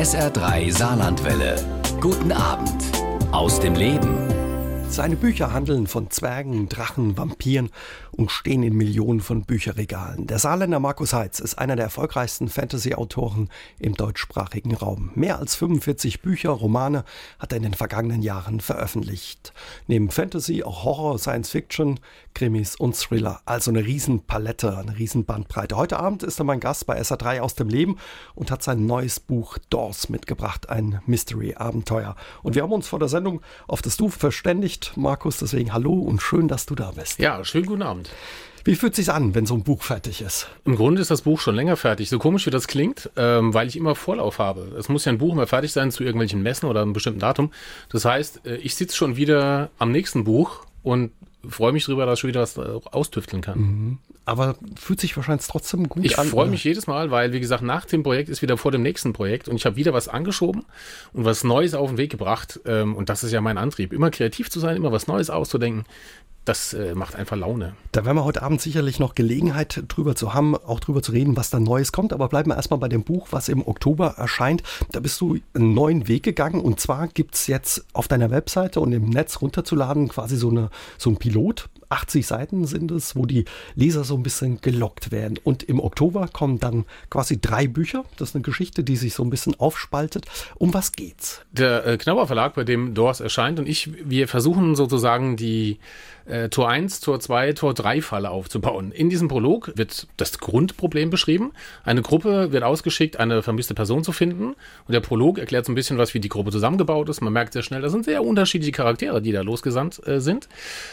SR3 Saarlandwelle. Guten Abend aus dem Leben. Seine Bücher handeln von Zwergen, Drachen, Vampiren und stehen in Millionen von Bücherregalen. Der Saarländer Markus Heitz ist einer der erfolgreichsten Fantasy-Autoren im deutschsprachigen Raum. Mehr als 45 Bücher, Romane hat er in den vergangenen Jahren veröffentlicht. Neben Fantasy auch Horror, Science-Fiction, Krimis und Thriller. Also eine Riesenpalette, eine Riesenbandbreite. Heute Abend ist er mein Gast bei SR3 aus dem Leben und hat sein neues Buch Doors mitgebracht, ein Mystery-Abenteuer. Und wir haben uns vor der Sendung auf das Du verständigt, Markus, deswegen hallo und schön, dass du da bist. Ja, schönen guten Abend. Wie fühlt es sich an, wenn so ein Buch fertig ist? Im Grunde ist das Buch schon länger fertig. So komisch wie das klingt, weil ich immer Vorlauf habe. Es muss ja ein Buch immer fertig sein zu irgendwelchen Messen oder einem bestimmten Datum. Das heißt, ich sitze schon wieder am nächsten Buch und freue mich darüber, dass ich schon wieder was austüfteln kann. Mhm. Aber fühlt sich wahrscheinlich trotzdem gut an? Ich freue mich jedes Mal, weil, wie gesagt, nach dem Projekt ist wieder vor dem nächsten Projekt und ich habe wieder was angeschoben und was Neues auf den Weg gebracht. Und das ist ja mein Antrieb, immer kreativ zu sein, immer was Neues auszudenken. Das macht einfach Laune. Da werden wir heute Abend sicherlich noch Gelegenheit drüber zu haben, auch drüber zu reden, was da Neues kommt. Aber bleiben wir erstmal bei dem Buch, was im Oktober erscheint. Da bist du einen neuen Weg gegangen. Und zwar gibt es jetzt auf deiner Webseite und im Netz runterzuladen quasi so ein Pilot. 80 Seiten sind es, wo die Leser so ein bisschen gelockt werden. Und im Oktober kommen dann quasi 3 Bücher. Das ist eine Geschichte, die sich so ein bisschen aufspaltet. Um was geht's? Der Knauer Verlag, bei dem Doors erscheint, und wir versuchen sozusagen die Tor 1, Tor 2, Tor 3 Falle aufzubauen. In diesem Prolog wird das Grundproblem beschrieben. Eine Gruppe wird ausgeschickt, eine vermisste Person zu finden. Und der Prolog erklärt so ein bisschen was, wie die Gruppe zusammengebaut ist. Man merkt sehr schnell, das sind sehr unterschiedliche Charaktere, die da losgesandt sind.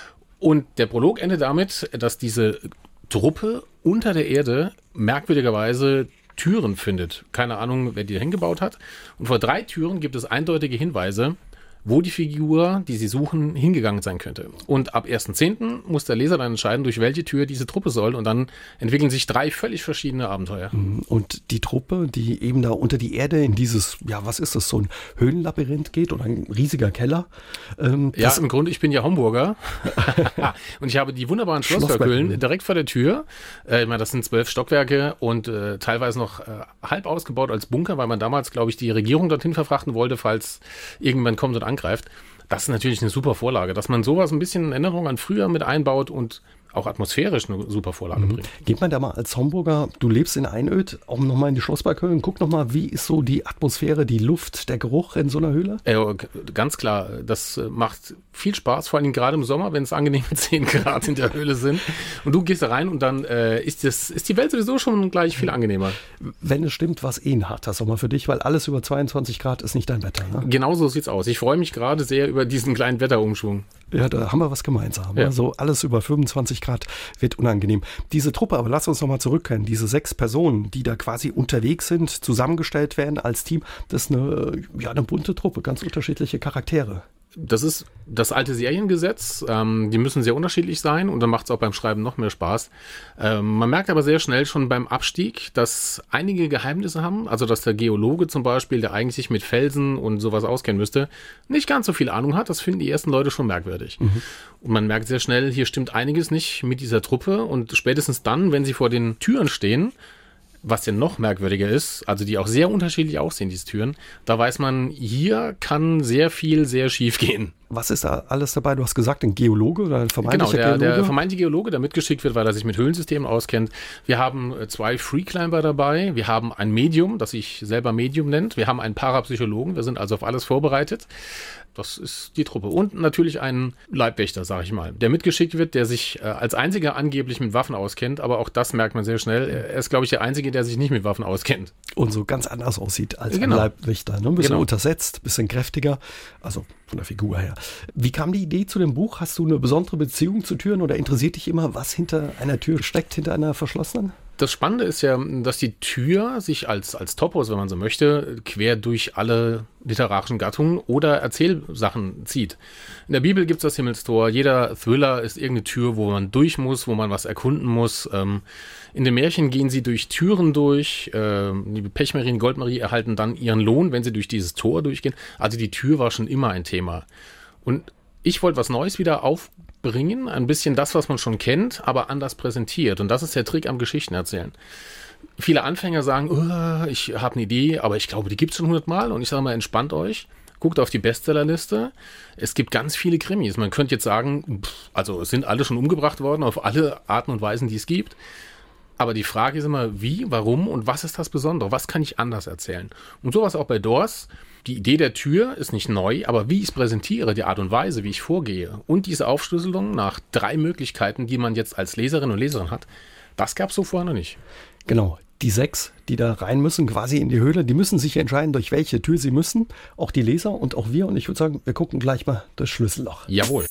Und der Prolog endet damit, dass diese Truppe unter der Erde merkwürdigerweise Türen findet. Keine Ahnung, wer die hingebaut hat. Und vor 3 Türen gibt es eindeutige Hinweise, wo die Figur, die sie suchen, hingegangen sein könnte. Und ab 1.10. muss der Leser dann entscheiden, durch welche Tür diese Truppe soll. Und dann entwickeln sich 3 völlig verschiedene Abenteuer. Und die Truppe, die eben da unter die Erde in dieses, ja, was ist das, so ein Höhlenlabyrinth geht oder ein riesiger Keller? Ja, im Grunde, ich bin ja Homburger. Und ich habe die wunderbaren Schlossberghöhlen direkt vor der Tür. Ich meine, das sind 12 Stockwerke und teilweise noch halb ausgebaut als Bunker, weil man damals, glaube ich, die Regierung dorthin verfrachten wollte, falls irgendwann kommt und angreift. Das ist natürlich eine super Vorlage, dass man sowas ein bisschen in Erinnerung an früher mit einbaut und auch atmosphärisch eine super Vorlage bringt. Geht man da mal als Homburger, du lebst in Einöd, auch nochmal in die Schlossberghöhlen, guck nochmal, wie ist so die Atmosphäre, die Luft, der Geruch in so einer Höhle? Ganz klar, das macht viel Spaß, vor allem gerade im Sommer, wenn es angenehme 10 Grad in der Höhle sind und du gehst da rein und dann ist die Welt sowieso schon gleich viel angenehmer. Wenn es stimmt, was ein harter Sommer für dich, weil alles über 22 Grad ist nicht dein Wetter, ne? Genau so sieht's aus. Ich freue mich gerade sehr über diesen kleinen Wetterumschwung. Ja, da haben wir was gemeinsam. Ja. Also alles über 25 Grad wird unangenehm. Diese Truppe, aber lass uns nochmal zurückkehren, diese 6 Personen, die da quasi unterwegs sind, zusammengestellt werden als Team, das ist eine bunte Truppe, ganz unterschiedliche Charaktere. Das ist das alte Seriengesetz. Die müssen sehr unterschiedlich sein und dann macht es auch beim Schreiben noch mehr Spaß. Man merkt aber sehr schnell schon beim Abstieg, dass einige Geheimnisse haben. Also dass der Geologe zum Beispiel, der eigentlich sich mit Felsen und sowas auskennen müsste, nicht ganz so viel Ahnung hat. Das finden die ersten Leute schon merkwürdig. Und man merkt sehr schnell, hier stimmt einiges nicht mit dieser Truppe. Und spätestens dann, wenn sie vor den Türen stehen, was ja noch merkwürdiger ist, also die auch sehr unterschiedlich aussehen, diese Türen, da weiß man, hier kann sehr viel sehr schief gehen. Was ist da alles dabei? Du hast gesagt, ein Geologe oder ein vermeintlicher Geologe? Der vermeintliche Geologe, der mitgeschickt wird, weil er sich mit Höhlensystemen auskennt. Wir haben 2 Freeclimber dabei. Wir haben ein Medium, das sich selber Medium nennt. Wir haben einen Parapsychologen. Wir sind also auf alles vorbereitet. Das ist die Truppe. Und natürlich einen Leibwächter, sage ich mal, der mitgeschickt wird, der sich als einziger angeblich mit Waffen auskennt. Aber auch das merkt man sehr schnell. Er ist, glaube ich, der Einzige, der sich nicht mit Waffen auskennt. Und so ganz anders aussieht als ein Leibwächter. Ne? Ein bisschen untersetzt, ein bisschen kräftiger. Also von der Figur her. Wie kam die Idee zu dem Buch? Hast du eine besondere Beziehung zu Türen oder interessiert dich immer, was hinter einer Tür steckt, hinter einer verschlossenen? Das Spannende ist ja, dass die Tür sich als Topos, wenn man so möchte, quer durch alle literarischen Gattungen oder Erzählsachen zieht. In der Bibel gibt es das Himmelstor. Jeder Thriller ist irgendeine Tür, wo man durch muss, wo man was erkunden muss. In den Märchen gehen sie durch Türen durch. Die Pechmarie und Goldmarie erhalten dann ihren Lohn, wenn sie durch dieses Tor durchgehen. Also die Tür war schon immer ein Thema. Und ich wollte was Neues wieder aufbauen bringen, ein bisschen das, was man schon kennt, aber anders präsentiert. Und das ist der Trick am Geschichtenerzählen. Viele Anfänger sagen, ich habe eine Idee, aber ich glaube, die gibt es schon 100-mal. Und ich sage mal, entspannt euch, guckt auf die Bestsellerliste. Es gibt ganz viele Krimis. Man könnte jetzt sagen, also es sind alle schon umgebracht worden, auf alle Arten und Weisen, die es gibt. Aber die Frage ist immer, wie, warum und was ist das Besondere? Was kann ich anders erzählen? Und sowas auch bei Doors. Die Idee der Tür ist nicht neu, aber wie ich es präsentiere, die Art und Weise, wie ich vorgehe und diese Aufschlüsselung nach 3 Möglichkeiten, die man jetzt als Leserin und Leserin hat, das gab es so vorher noch nicht. Genau, die 6, die da rein müssen, quasi in die Höhle, die müssen sich entscheiden, durch welche Tür sie müssen. Auch die Leser und auch wir. Und ich würde sagen, wir gucken gleich mal das Schlüsselloch. Jawohl.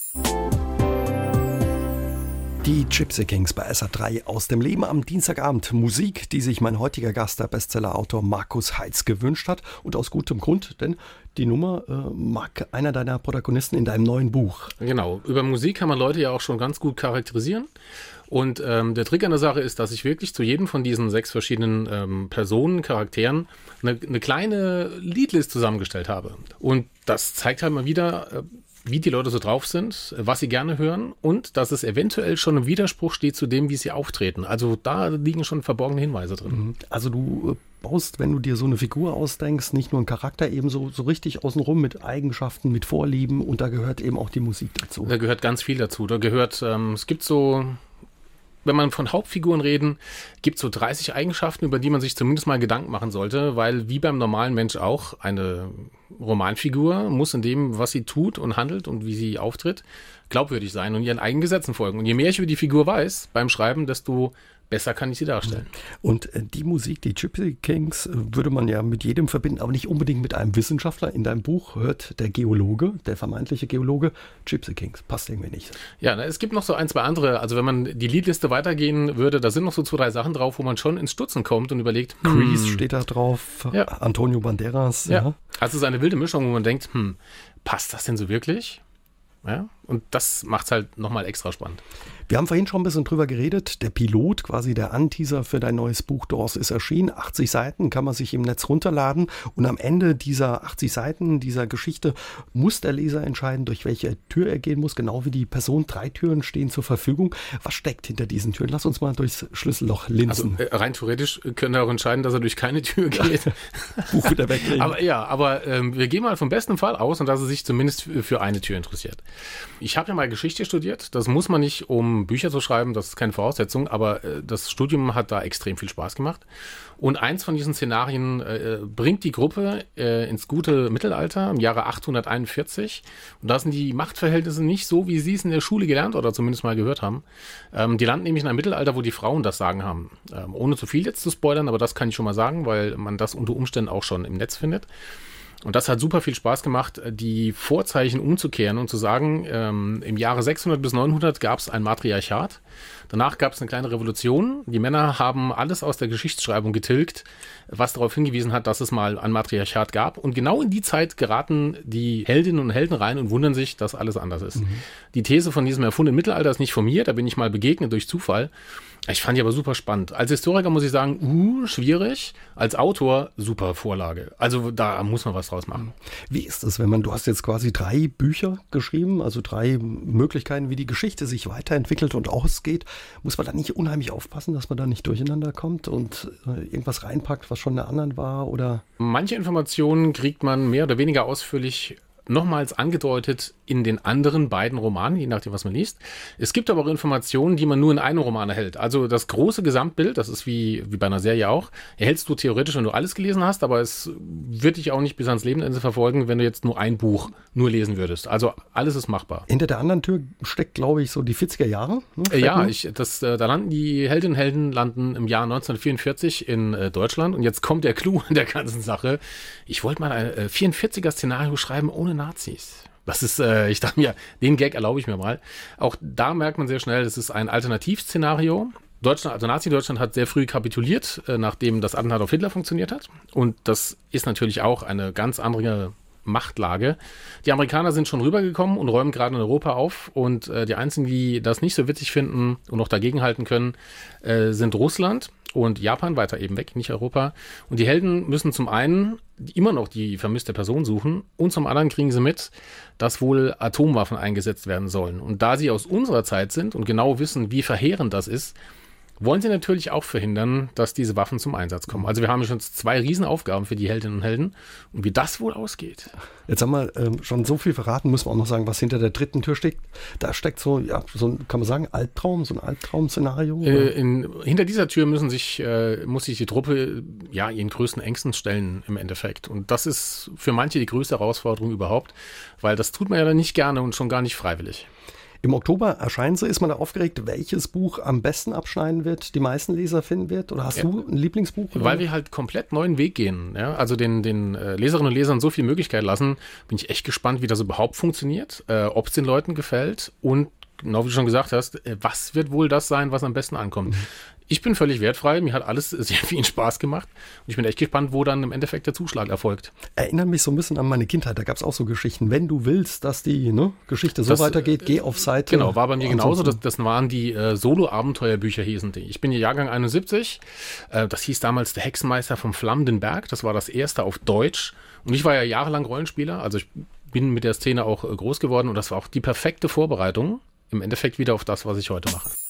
Die Gypsy Kings bei SA3 aus dem Leben am Dienstagabend. Musik, die sich mein heutiger Gast, der Bestsellerautor Markus Heitz, gewünscht hat. Und aus gutem Grund, denn die Nummer mag einer deiner Protagonisten in deinem neuen Buch. Genau, über Musik kann man Leute ja auch schon ganz gut charakterisieren. Und der Trick an der Sache ist, dass ich wirklich zu jedem von diesen 6 verschiedenen Personen, Charakteren, eine kleine Liedlist zusammengestellt habe. Und das zeigt halt mal wieder, wie die Leute so drauf sind, was sie gerne hören und dass es eventuell schon im Widerspruch steht zu dem, wie sie auftreten. Also da liegen schon verborgene Hinweise drin. Also du baust, wenn du dir so eine Figur ausdenkst, nicht nur einen Charakter, eben so richtig außenrum mit Eigenschaften, mit Vorlieben und da gehört eben auch die Musik dazu. Da gehört ganz viel dazu. Da gehört, es gibt so, wenn man von Hauptfiguren reden, gibt es so 30 Eigenschaften, über die man sich zumindest mal Gedanken machen sollte, weil wie beim normalen Mensch auch eine Romanfigur muss in dem, was sie tut und handelt und wie sie auftritt, glaubwürdig sein und ihren eigenen Gesetzen folgen. Und je mehr ich über die Figur weiß beim Schreiben, desto besser kann ich sie darstellen. Und die Musik, die Gypsy Kings, würde man ja mit jedem verbinden, aber nicht unbedingt mit einem Wissenschaftler. In deinem Buch hört der Geologe, der vermeintliche Geologe, Gypsy Kings. Passt irgendwie nicht. Ja, es gibt noch so 1, 2 andere. Also wenn man die Liedliste weitergehen würde, da sind noch so 2, 3 Sachen drauf, wo man schon ins Stutzen kommt und überlegt, Grease steht da drauf, ja. Antonio Banderas. Ja. Also es ist eine wilde Mischung, wo man denkt, passt das denn so wirklich? Ja, und das macht es halt nochmal extra spannend. Wir haben vorhin schon ein bisschen drüber geredet. Der Pilot, quasi der Anteaser für dein neues Buch Doors ist erschienen. 80 Seiten kann man sich im Netz runterladen. Und am Ende dieser 80 Seiten, dieser Geschichte, muss der Leser entscheiden, durch welche Tür er gehen muss. Genau wie die Person. 3 Türen stehen zur Verfügung. Was steckt hinter diesen Türen? Lass uns mal durchs Schlüsselloch linsen. Also rein theoretisch können wir auch entscheiden, dass er durch keine Tür geht. Buch wieder weglegen. Aber wir gehen mal vom besten Fall aus und dass er sich zumindest für eine Tür interessiert. Ich habe ja mal Geschichte studiert. Das muss man nicht, um Bücher zu schreiben, das ist keine Voraussetzung, aber das Studium hat da extrem viel Spaß gemacht. Und eins von diesen Szenarien bringt die Gruppe ins gute Mittelalter im Jahre 841. Und da sind die Machtverhältnisse nicht so, wie sie es in der Schule gelernt oder zumindest mal gehört haben. Die landen nämlich in einem Mittelalter, wo die Frauen das Sagen haben. Ohne zu viel jetzt zu spoilern, aber das kann ich schon mal sagen, weil man das unter Umständen auch schon im Netz findet. Und das hat super viel Spaß gemacht, die Vorzeichen umzukehren und zu sagen, im Jahre 600 bis 900 gab es ein Matriarchat. Danach gab es eine kleine Revolution. Die Männer haben alles aus der Geschichtsschreibung getilgt, was darauf hingewiesen hat, dass es mal ein Matriarchat gab. Und genau in die Zeit geraten die Heldinnen und Helden rein und wundern sich, dass alles anders ist. Die These von diesem erfundenen Mittelalter ist nicht von mir, da bin ich mal begegnet durch Zufall. Ich fand die aber super spannend. Als Historiker muss ich sagen, schwierig. Als Autor, super Vorlage. Also da muss man was draus machen. Wie ist es, du hast jetzt quasi 3 Bücher geschrieben, also 3 Möglichkeiten, wie die Geschichte sich weiterentwickelt und ausgeht. Muss man da nicht unheimlich aufpassen, dass man da nicht durcheinander kommt und irgendwas reinpackt, was schon der anderen war? Oder? Manche Informationen kriegt man mehr oder weniger ausführlich nochmals angedeutet in den anderen beiden Romanen, je nachdem, was man liest. Es gibt aber auch Informationen, die man nur in einem Roman erhält. Also das große Gesamtbild, das ist wie bei einer Serie auch, erhältst du theoretisch, wenn du alles gelesen hast, aber es wird dich auch nicht bis ans Lebensende verfolgen, wenn du jetzt nur ein Buch nur lesen würdest. Also alles ist machbar. Hinter der anderen Tür steckt, glaube ich, so die 40er Jahre. Da landen die Heldinnen und Helden landen im Jahr 1944 in Deutschland. Und jetzt kommt der Clou in der ganzen Sache. Ich wollte mal ein 44er-Szenario schreiben ohne Nazis. Das ist, ich dachte mir, den Gag erlaube ich mir mal. Auch da merkt man sehr schnell, das ist ein Alternativszenario. Deutschland, also Nazi-Deutschland hat sehr früh kapituliert, nachdem das Attentat auf Hitler funktioniert hat. Und das ist natürlich auch eine ganz andere Machtlage. Die Amerikaner sind schon rübergekommen und räumen gerade in Europa auf. Und die einzigen, die das nicht so witzig finden und noch dagegenhalten können, sind Russland und Japan, weiter eben weg, nicht Europa. Und die Helden müssen zum einen immer noch die vermisste Person suchen. Und zum anderen kriegen sie mit, dass wohl Atomwaffen eingesetzt werden sollen. Und da sie aus unserer Zeit sind und genau wissen, wie verheerend das ist, wollen sie natürlich auch verhindern, dass diese Waffen zum Einsatz kommen. Also wir haben schon 2 Riesenaufgaben für die Heldinnen und Helden. Und wie das wohl ausgeht. Jetzt haben wir schon so viel verraten, müssen wir auch noch sagen, was hinter der dritten Tür steckt. Da steckt so ein, kann man sagen, Albtraum, so ein Albtraum-Szenario? Hinter dieser Tür muss sich die Truppe ihren größten Ängsten stellen im Endeffekt. Und das ist für manche die größte Herausforderung überhaupt, weil das tut man ja dann nicht gerne und schon gar nicht freiwillig. Im Oktober erscheinen sie. Ist man da aufgeregt, welches Buch am besten abschneiden wird, die meisten Leser finden wird? Oder hast du ein Lieblingsbuch? Oder? Weil wir halt komplett neuen Weg gehen. Ja? Also den Leserinnen und Lesern so viel Möglichkeit lassen, bin ich echt gespannt, wie das überhaupt funktioniert, ob es den Leuten gefällt und genau wie du schon gesagt hast, was wird wohl das sein, was am besten ankommt. Ich bin völlig wertfrei, mir hat alles sehr viel Spaß gemacht und ich bin echt gespannt, wo dann im Endeffekt der Zuschlag erfolgt. Erinnert mich so ein bisschen an meine Kindheit, da gab es auch so Geschichten, wenn du willst, dass die Geschichte so weitergeht, geh auf Seite. Genau, war bei mir genauso, das waren die Solo-Abenteuerbücher hießen die. Ich bin ja Jahrgang 71, das hieß damals Der Hexenmeister vom Flammenden Berg, das war das erste auf Deutsch und ich war ja jahrelang Rollenspieler, also ich bin mit der Szene auch groß geworden und das war auch die perfekte Vorbereitung, im Endeffekt wieder auf das, was ich heute mache.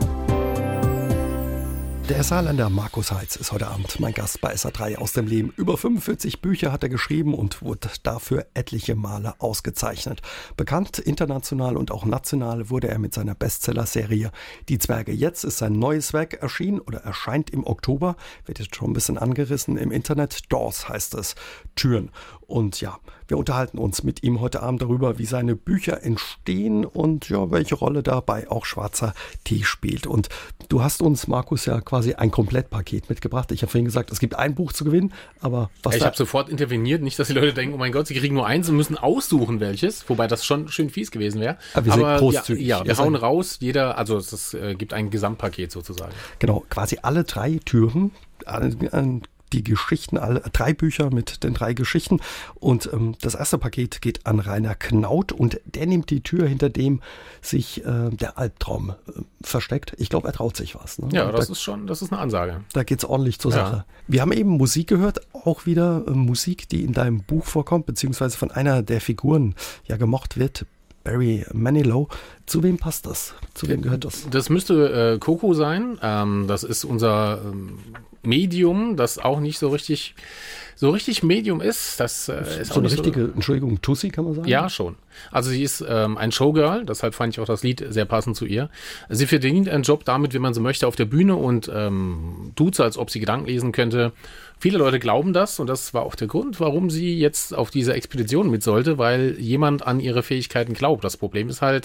Der Saarländer Markus Heitz ist heute Abend mein Gast bei SA3 aus dem Leben. Über 45 Bücher hat er geschrieben und wurde dafür etliche Male ausgezeichnet. Bekannt international und auch national wurde er mit seiner Bestseller-Serie Die Zwerge. Jetzt ist sein neues Werk erschienen oder erscheint im Oktober. Wird jetzt schon ein bisschen angerissen im Internet. Doors heißt es, Türen. Und ja, wir unterhalten uns mit ihm heute Abend darüber, wie seine Bücher entstehen und welche Rolle dabei auch schwarzer Tee spielt. Und du hast uns, Markus, ja quasi ein Komplettpaket mitgebracht. Ich habe vorhin gesagt, es gibt ein Buch zu gewinnen, aber was ich habe sofort interveniert, nicht, dass die Leute denken, oh mein Gott, sie kriegen nur eins und müssen aussuchen, welches, wobei das schon schön fies gewesen wäre. Aber wir sind großzügig. Wir hauen raus, es gibt ein Gesamtpaket sozusagen. Genau, quasi alle 3 Türen, die Geschichten, alle 3 Bücher mit den 3 Geschichten. Und das erste Paket geht an Rainer Knaut und der nimmt die Tür, hinter dem sich der Albtraum versteckt. Ich glaube, er traut sich was. Ne? Ja, das ist eine Ansage. Da geht es ordentlich zur Sache. Wir haben eben Musik gehört, auch wieder Musik, die in deinem Buch vorkommt, beziehungsweise von einer der Figuren gemocht wird, Barry Manilow. Zu wem passt das? Zu wem gehört das? Das müsste Coco sein. Das ist unser Medium, das auch nicht so richtig Medium ist. Das ist so eine richtige, Entschuldigung, Tussi, kann man sagen? Ja, schon. Also sie ist ein Showgirl, deshalb fand ich auch das Lied sehr passend zu ihr. Sie verdient einen Job damit, wenn man so möchte, auf der Bühne und tut so, als ob sie Gedanken lesen könnte. Viele Leute glauben das und das war auch der Grund, warum sie jetzt auf diese Expedition mit sollte, weil jemand an ihre Fähigkeiten glaubt. Das Problem ist halt,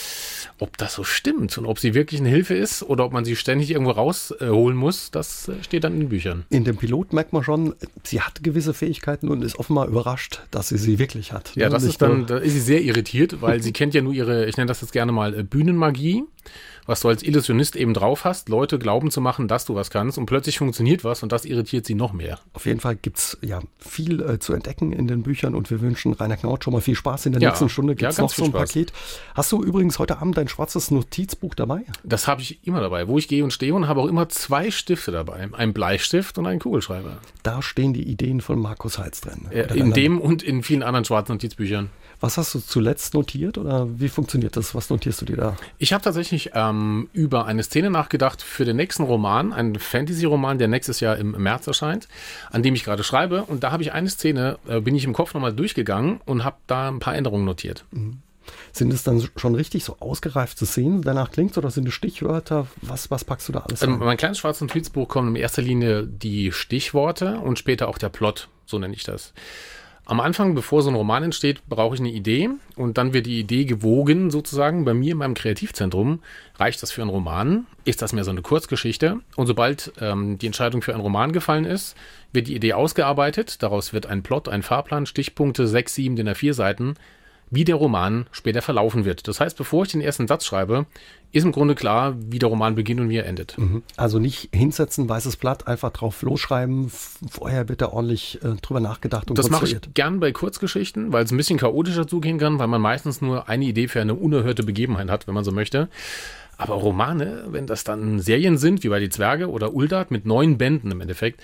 ob das so stimmt und ob sie wirklich eine Hilfe ist oder ob man sie ständig irgendwo rausholen muss, das steht dann in den Büchern. In dem Pilot merkt man schon, sie hat gewisse Fähigkeiten und ist offenbar überrascht, dass sie wirklich hat. Ja, da ist sie sehr irritiert, weil sie kennt ja nur ihre, ich nenne das jetzt gerne mal Bühnenmagie, was du als Illusionist eben drauf hast, Leute glauben zu machen, dass du was kannst und plötzlich funktioniert was und das irritiert sie noch mehr. Auf jeden Fall gibt es viel zu entdecken in den Büchern und wir wünschen Rainer Knaut schon mal viel Spaß. In der nächsten Stunde gibt es noch so ein Paket. Hast du übrigens heute Abend dein schwarzes Notizbuch dabei? Das habe ich immer dabei, wo ich gehe und stehe und habe auch immer 2 Stifte dabei, einen Bleistift und einen Kugelschreiber. Da stehen die Ideen von Markus Heitz drin. In dem und in vielen anderen schwarzen Notizbüchern. Was hast du zuletzt notiert oder wie funktioniert das? Was notierst du dir da? Ich habe tatsächlich über eine Szene nachgedacht für den nächsten Roman, einen Fantasy-Roman, der nächstes Jahr im März erscheint, an dem ich gerade schreibe. Und da habe ich eine Szene, bin ich im Kopf nochmal durchgegangen und habe da ein paar Änderungen notiert. Mhm. Sind es dann schon richtig so ausgereifte Szenen, danach klingt oder sind es Stichwörter? Was packst du da alles rein? Mein kleines schwarzes Notizbuch kommen in erster Linie die Stichworte und später auch der Plot, so nenne ich das. Am Anfang, bevor so ein Roman entsteht, brauche ich eine Idee und dann wird die Idee gewogen sozusagen bei mir in meinem Kreativzentrum. Reicht das für einen Roman? Ist das mehr so eine Kurzgeschichte? Und sobald die Entscheidung für einen Roman gefallen ist, wird die Idee ausgearbeitet. Daraus wird ein Plot, ein Fahrplan, Stichpunkte, 6, 7 DIN A4 Seiten, wie der Roman später verlaufen wird. Das heißt, bevor ich den ersten Satz schreibe, ist im Grunde klar, wie der Roman beginnt und wie er endet. Also nicht hinsetzen, weißes Blatt, einfach drauf losschreiben. Vorher wird da ordentlich drüber nachgedacht und das mache ich gern bei Kurzgeschichten, weil es ein bisschen chaotischer zugehen kann, weil man meistens nur eine Idee für eine unerhörte Begebenheit hat, wenn man so möchte. Aber Romane, wenn das dann Serien sind, wie bei Die Zwerge oder Uldart mit 9 Bänden im Endeffekt,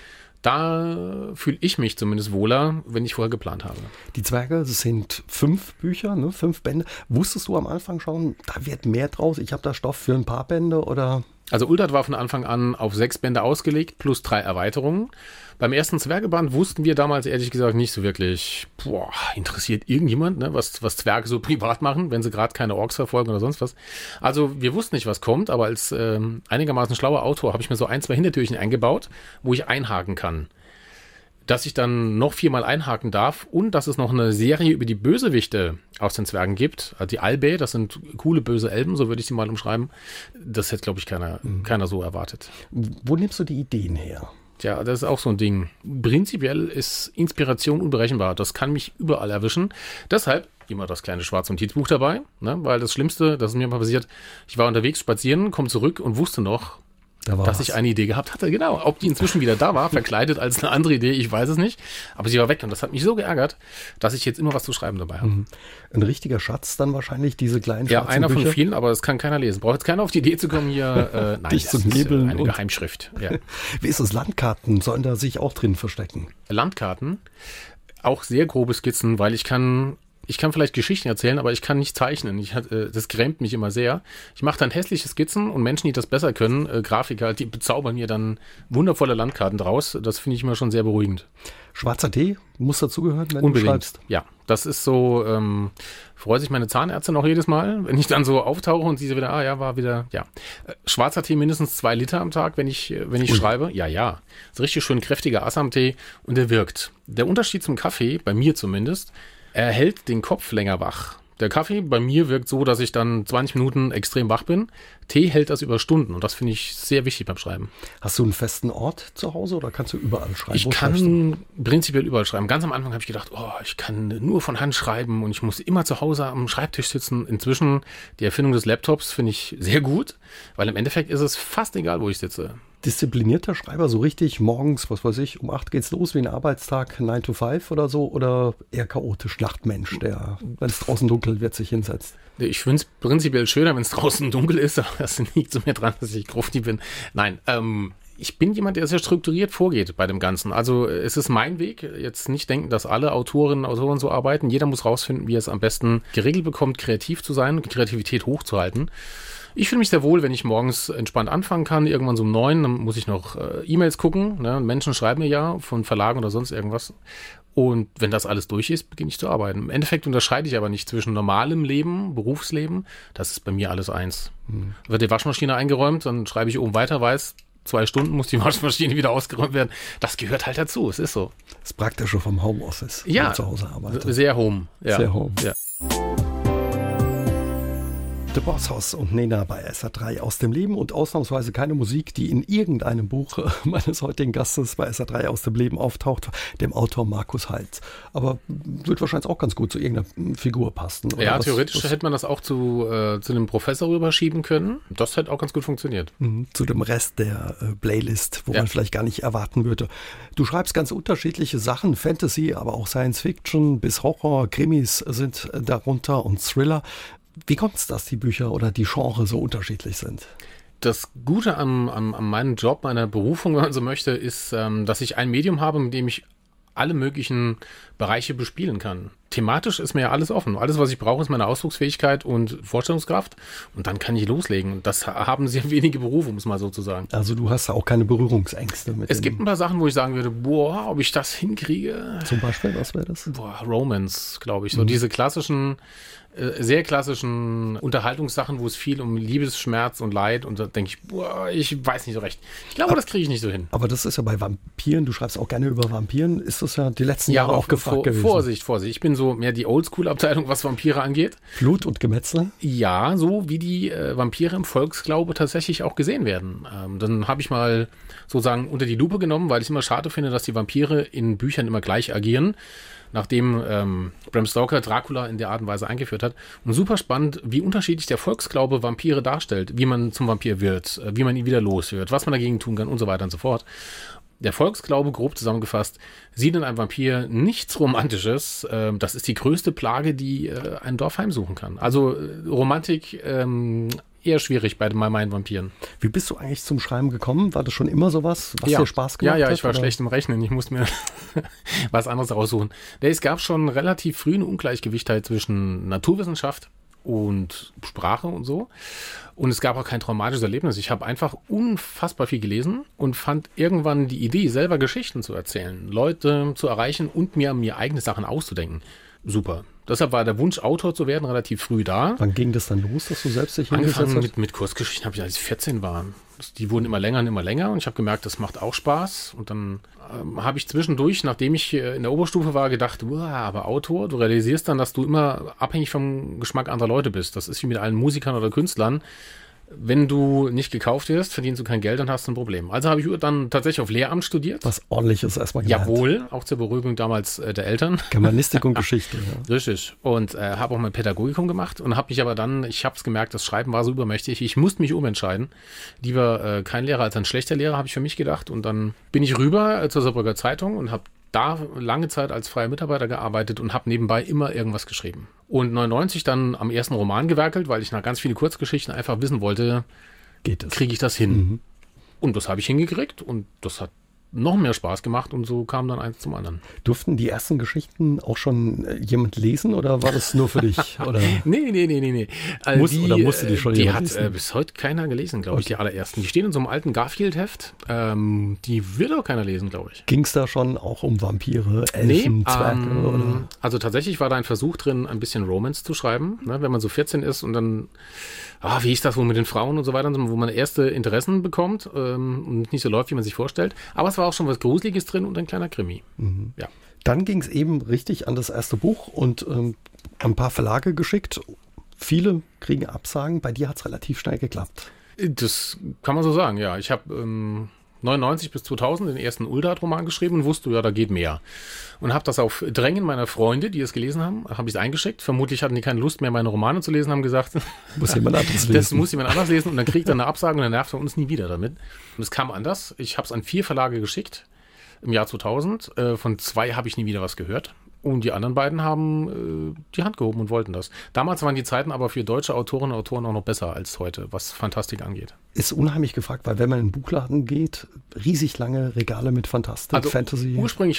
Da fühle ich mich zumindest wohler, wenn ich vorher geplant habe. Die Zwerge, das sind 5 Bücher, ne? 5 Bände. Wusstest du am Anfang schon, da wird mehr draus? Ich habe da Stoff für ein paar Bände oder? Also Uldert war von Anfang an auf 6 Bände ausgelegt, plus 3 Erweiterungen. Beim ersten Zwergeband wussten wir damals ehrlich gesagt nicht so wirklich, interessiert irgendjemand, ne, was Zwerge so privat machen, wenn sie gerade keine Orks verfolgen oder sonst was. Also wir wussten nicht, was kommt, aber als einigermaßen schlauer Autor habe ich mir so 1, 2 Hintertürchen eingebaut, wo ich einhaken kann. Dass ich dann noch 4-mal einhaken darf und dass es noch eine Serie über die Bösewichte aus den Zwergen gibt. Also die Albe, das sind coole böse Elben, so würde ich sie mal umschreiben. Das hätte, glaube ich, keiner so erwartet. Wo nimmst du die Ideen her? Tja, das ist auch so ein Ding. Prinzipiell ist Inspiration unberechenbar. Das kann mich überall erwischen. Deshalb immer das kleine schwarze Notizbuch dabei, ne? Weil das Schlimmste, das ist mir mal passiert, ich war unterwegs spazieren, komme zurück und wusste noch, dass ich eine Idee gehabt hatte. Genau, ob die inzwischen wieder da war, verkleidet als eine andere Idee, ich weiß es nicht. Aber sie war weg und das hat mich so geärgert, dass ich jetzt immer was zu schreiben dabei habe. Ein richtiger Schatz dann wahrscheinlich, diese kleinen schwarzen Bücher. Ja, einer Bücher. Von vielen, aber das kann keiner lesen. Braucht jetzt keiner auf die Idee zu kommen, hier, nein, dich das zu ist nebeln eine Geheimschrift. Ja. Wie ist es, Landkarten? Sollen da sich auch drin verstecken? Landkarten, auch sehr grobe Skizzen, weil ich kann vielleicht Geschichten erzählen, aber ich kann nicht zeichnen. Das grämt mich immer sehr. Ich mache dann hässliche Skizzen und Menschen, die das besser können, Grafiker, die bezaubern mir dann wundervolle Landkarten draus. Das finde ich immer schon sehr beruhigend. Schwarzer Tee muss dazugehören, wenn Unbedingt. du schreibst? Ja, das ist so, freut sich meine Zahnärztin auch jedes Mal, wenn ich dann so auftauche und sie wieder, war wieder, ja. Schwarzer Tee mindestens 2 Liter am Tag, wenn ich schreibe. Ja. So richtig schön kräftiger Assam-Tee und der wirkt. Der Unterschied zum Kaffee, bei mir zumindest, er hält den Kopf länger wach. Der Kaffee bei mir wirkt so, dass ich dann 20 Minuten extrem wach bin. Tee hält das über Stunden und das finde ich sehr wichtig beim Schreiben. Hast du einen festen Ort zu Hause oder kannst du überall schreiben? Ich kann prinzipiell überall schreiben. Ganz am Anfang habe ich gedacht, ich kann nur von Hand schreiben und ich muss immer zu Hause am Schreibtisch sitzen. Inzwischen die Erfindung des Laptops finde ich sehr gut, weil im Endeffekt ist es fast egal, wo ich sitze. Disziplinierter Schreiber, so richtig morgens, was weiß ich, um 8 geht's los wie ein Arbeitstag, 9 to 5 oder so, oder eher chaotisch Nachtmensch, der, wenn es draußen dunkel wird, sich hinsetzt? Ich finde es prinzipiell schöner, wenn es draußen dunkel ist, aber das liegt so mehr dran, dass ich Grufti bin. Nein, ich bin jemand, der sehr strukturiert vorgeht bei dem Ganzen. Also es ist mein Weg, jetzt nicht denken, dass alle Autorinnen und Autoren so arbeiten. Jeder muss rausfinden, wie er es am besten geregelt bekommt, kreativ zu sein, Kreativität hochzuhalten. Ich fühle mich sehr wohl, wenn ich morgens entspannt anfangen kann, irgendwann so um 9, dann muss ich noch E-Mails gucken. Ne? Menschen schreiben mir ja von Verlagen oder sonst irgendwas. Und wenn das alles durch ist, beginne ich zu arbeiten. Im Endeffekt unterscheide ich aber nicht zwischen normalem Leben, Berufsleben. Das ist bei mir alles eins. Wird die Waschmaschine eingeräumt, dann schreibe ich oben weiter, weiß, 2 Stunden muss die Waschmaschine wieder ausgeräumt werden. Das gehört halt dazu, es ist so. Das Praktische vom Homeoffice, wenn man zu Hause arbeitet. Sehr home. Ja. Sehr home. Ja. The Bosshaus und Nena bei SR3 aus dem Leben und ausnahmsweise keine Musik, die in irgendeinem Buch meines heutigen Gastes bei SR3 aus dem Leben auftaucht, dem Autor Markus Heitz. Aber wird wahrscheinlich auch ganz gut zu irgendeiner Figur passen. Oder ja, theoretisch hätte man das auch zu einem Professor rüberschieben können. Das hätte auch ganz gut funktioniert. Zu dem Rest der Playlist, wo man vielleicht gar nicht erwarten würde. Du schreibst ganz unterschiedliche Sachen, Fantasy, aber auch Science Fiction bis Horror, Krimis sind darunter und Thriller. Wie kommt es, dass die Bücher oder die Genre so unterschiedlich sind? Das Gute an meinem Job, meiner Berufung, wenn man so möchte, ist, dass ich ein Medium habe, mit dem ich alle möglichen Bereiche bespielen kann. Thematisch ist mir ja alles offen. Alles, was ich brauche, ist meine Ausdrucksfähigkeit und Vorstellungskraft. Und dann kann ich loslegen. Und das haben sehr wenige Berufe, um es mal so zu sagen. Also du hast auch keine Berührungsängste mit Es gibt ein paar Sachen, wo ich sagen würde, ob ich das hinkriege. Zum Beispiel, was wäre das? Romance, glaube ich. So diese klassischen, sehr klassischen Unterhaltungssachen, wo es viel um Liebesschmerz und Leid und da denke ich, ich weiß nicht so recht. Ich glaube, das kriege ich nicht so hin. Aber das ist ja bei Vampiren, du schreibst auch gerne über Vampiren, ist das ja die letzten Jahre auch gefragt gewesen. Vorsicht. Ich bin so mehr die Oldschool-Abteilung, was Vampire angeht. Blut und Gemetzel? Ja, so wie die Vampire im Volksglaube tatsächlich auch gesehen werden. Dann habe ich mal sozusagen unter die Lupe genommen, weil ich immer schade finde, dass die Vampire in Büchern immer gleich agieren. Nachdem Bram Stoker Dracula in der Art und Weise eingeführt hat. Und super spannend, wie unterschiedlich der Volksglaube Vampire darstellt, wie man zum Vampir wird, wie man ihn wieder los wird, was man dagegen tun kann und so weiter und so fort. Der Volksglaube, grob zusammengefasst, sieht in einem Vampir nichts Romantisches. Das ist die größte Plage, die ein Dorf heimsuchen kann. Also Romantik eher schwierig bei meinen Vampiren. Wie bist du eigentlich zum Schreiben gekommen? War das schon immer sowas, was dir Spaß gemacht hat? Ja, ich war schlecht im Rechnen. Ich musste mir was anderes raussuchen. Es gab schon relativ früh eine Ungleichgewicht halt zwischen Naturwissenschaft und Sprache und so. Und es gab auch kein traumatisches Erlebnis. Ich habe einfach unfassbar viel gelesen und fand irgendwann die Idee, selber Geschichten zu erzählen, Leute zu erreichen und mir eigene Sachen auszudenken. Super. Deshalb war der Wunsch, Autor zu werden, relativ früh da. Wann ging das dann los, dass du selbst dich hingesetzt hast? Angefangen mit Kurzgeschichten habe ich, als ich 14 war. Die wurden immer länger und immer länger und ich habe gemerkt, das macht auch Spaß. Und dann habe ich zwischendurch, nachdem ich in der Oberstufe war, gedacht, aber Autor, du realisierst dann, dass du immer abhängig vom Geschmack anderer Leute bist. Das ist wie mit allen Musikern oder Künstlern. Wenn du nicht gekauft wirst, verdienst du kein Geld, dann hast du ein Problem. Also habe ich dann tatsächlich auf Lehramt studiert. Was Ordentliches erstmal gelernt. Jawohl, auch zur Beruhigung damals der Eltern. Germanistik und Geschichte. Ja. Richtig. Und habe auch mein Pädagogikum gemacht und habe mich aber dann, ich habe es gemerkt, das Schreiben war so übermächtig, ich musste mich umentscheiden. Lieber kein Lehrer als ein schlechter Lehrer, habe ich für mich gedacht. Und dann bin ich rüber zur Saarbrücker Zeitung und habe da lange Zeit als freier Mitarbeiter gearbeitet und habe nebenbei immer irgendwas geschrieben. Und 99 dann am ersten Roman gewerkelt, weil ich nach ganz viele Kurzgeschichten einfach wissen wollte, kriege ich das hin? Mhm. Und das habe ich hingekriegt und das hat noch mehr Spaß gemacht und so kam dann eins zum anderen. Durften die ersten Geschichten auch schon jemand lesen oder war das nur für dich? Oder? Nee. Musste die schon jemand lesen? Die hat bis heute keiner gelesen, glaube ich, die allerersten. Die stehen in so einem alten Garfield-Heft. Die wird auch keiner lesen, glaube ich. Ging es da schon auch um Vampire, Elfen, Zwerge? Oder? Also tatsächlich war da ein Versuch drin, ein bisschen Romance zu schreiben, ne, wenn man so 14 ist und dann wie ist das wohl mit den Frauen und so weiter, wo man erste Interessen bekommt und nicht so läuft, wie man sich vorstellt. Aber es war auch schon was Gruseliges drin und ein kleiner Krimi. Mhm. Ja. Dann ging es eben richtig an das erste Buch und ein paar Verlage geschickt. Viele kriegen Absagen. Bei dir hat es relativ schnell geklappt. Das kann man so sagen, ja. Ich habe 99 bis 2000 den ersten Uldart-Roman geschrieben und wusste, ja, da geht mehr. Und habe das auf Drängen meiner Freunde, die es gelesen haben, habe ich es eingeschickt. Vermutlich hatten die keine Lust mehr, meine Romane zu lesen, haben gesagt, muss jemand anderes lesen. Das muss jemand anders lesen und dann kriegt er eine Absage und dann nervt er uns nie wieder damit. Und es kam anders. Ich habe es an 4 Verlage geschickt im Jahr 2000. Von 2 habe ich nie wieder was gehört. Und die anderen beiden haben die Hand gehoben und wollten das. Damals waren die Zeiten aber für deutsche Autorinnen und Autoren auch noch besser als heute, was Fantastik angeht. Ist unheimlich gefragt, weil wenn man in den Buchladen geht, riesig lange Regale mit Fantastik, also Fantasy. Ursprünglich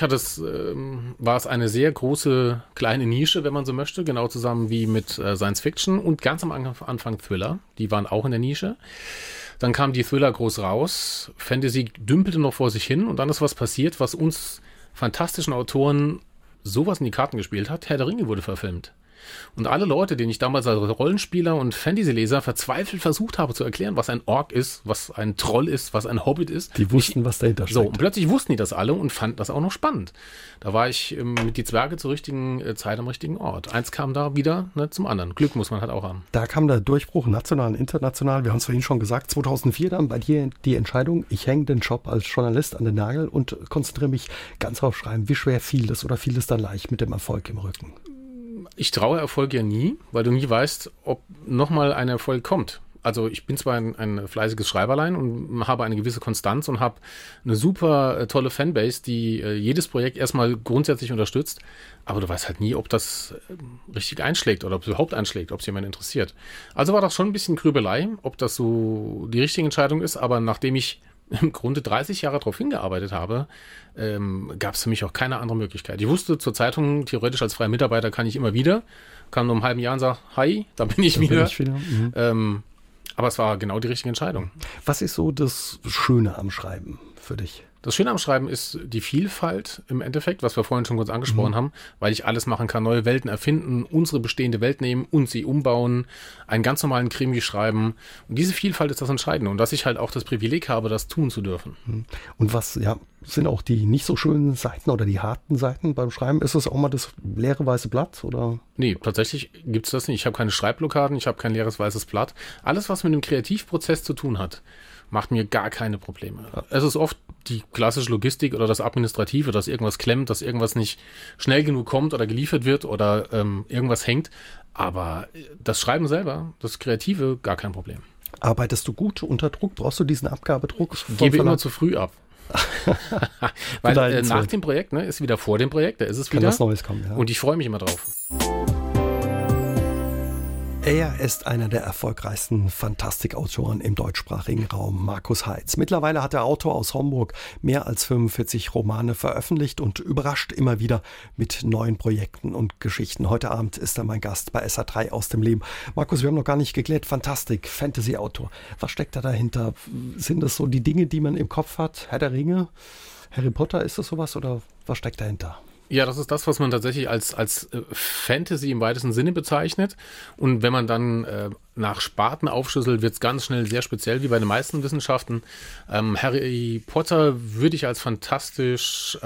war es eine sehr große kleine Nische, wenn man so möchte, genau zusammen wie mit Science Fiction und ganz am Anfang Thriller. Die waren auch in der Nische. Dann kam die Thriller groß raus, Fantasy dümpelte noch vor sich hin und dann ist was passiert, was uns fantastischen Autoren sowas in die Karten gespielt hat. Herr der Ringe wurde verfilmt. Und alle Leute, denen ich damals als Rollenspieler und Fantasy-Leser verzweifelt versucht habe zu erklären, was ein Ork ist, was ein Troll ist, was ein Hobbit ist. Die wussten, was dahinter steckt. So, und plötzlich wussten die das alle und fanden das auch noch spannend. Da war ich mit die Zwerge zur richtigen Zeit am richtigen Ort. Eins kam da wieder zum anderen. Glück muss man halt auch haben. Da kam der Durchbruch national und international. Wir haben es vorhin schon gesagt, 2004 dann bei dir die Entscheidung, ich hänge den Job als Journalist an den Nagel und konzentriere mich ganz auf Schreiben. Wie schwer fiel das oder fiel es dann leicht mit dem Erfolg im Rücken? Ich traue Erfolg ja nie, weil du nie weißt, ob nochmal ein Erfolg kommt. Also ich bin zwar ein fleißiges Schreiberlein und habe eine gewisse Konstanz und habe eine super tolle Fanbase, die jedes Projekt erstmal grundsätzlich unterstützt, aber du weißt halt nie, ob das richtig einschlägt oder ob es überhaupt einschlägt, ob es jemand interessiert. Also war das schon ein bisschen Grübelei, ob das so die richtige Entscheidung ist, aber nachdem ich im Grunde 30 Jahre darauf hingearbeitet habe, gab es für mich auch keine andere Möglichkeit. Ich wusste zur Zeitung, theoretisch als freier Mitarbeiter kann ich immer wieder, kam nur im halben Jahr und sage, hi, da bin ich wieder. Mhm. Aber es war genau die richtige Entscheidung. Was ist so das Schöne am Schreiben für dich? Das Schöne am Schreiben ist die Vielfalt im Endeffekt, was wir vorhin schon kurz angesprochen haben, weil ich alles machen kann, neue Welten erfinden, unsere bestehende Welt nehmen und sie umbauen, einen ganz normalen Krimi schreiben. Und diese Vielfalt ist das Entscheidende und dass ich halt auch das Privileg habe, das tun zu dürfen. Und was sind auch die nicht so schönen Seiten oder die harten Seiten beim Schreiben? Ist es auch mal das leere weiße Blatt? Oder? Nee, tatsächlich gibt es das nicht. Ich habe keine Schreibblockaden, ich habe kein leeres weißes Blatt. Alles, was mit dem Kreativprozess zu tun hat, macht mir gar keine Probleme. Es ist oft die klassische Logistik oder das Administrative, dass irgendwas klemmt, dass irgendwas nicht schnell genug kommt oder geliefert wird oder irgendwas hängt. Aber das Schreiben selber, das Kreative, gar kein Problem. Arbeitest du gut unter Druck? Brauchst du diesen Abgabedruck? Ich gebe immer zu früh ab. Weil nach dem Projekt, ist wieder vor dem Projekt, da ist es wieder. Kann was Neues kommen, ja. Und ich freue mich immer drauf. Er ist einer der erfolgreichsten Fantastikautoren im deutschsprachigen Raum, Markus Heitz. Mittlerweile hat der Autor aus Homburg mehr als 45 Romane veröffentlicht und überrascht immer wieder mit neuen Projekten und Geschichten. Heute Abend ist er mein Gast bei SA3 aus dem Leben. Markus, wir haben noch gar nicht geklärt, Fantastik, Fantasy-Autor. Was steckt da dahinter? Sind das so die Dinge, die man im Kopf hat? Herr der Ringe, Harry Potter, ist das sowas oder was steckt dahinter? Ja, das ist das, was man tatsächlich als Fantasy im weitesten Sinne bezeichnet. Und wenn man dann nach Sparten aufschlüsselt, wird es ganz schnell sehr speziell, wie bei den meisten Wissenschaften. Harry Potter würde ich als fantastische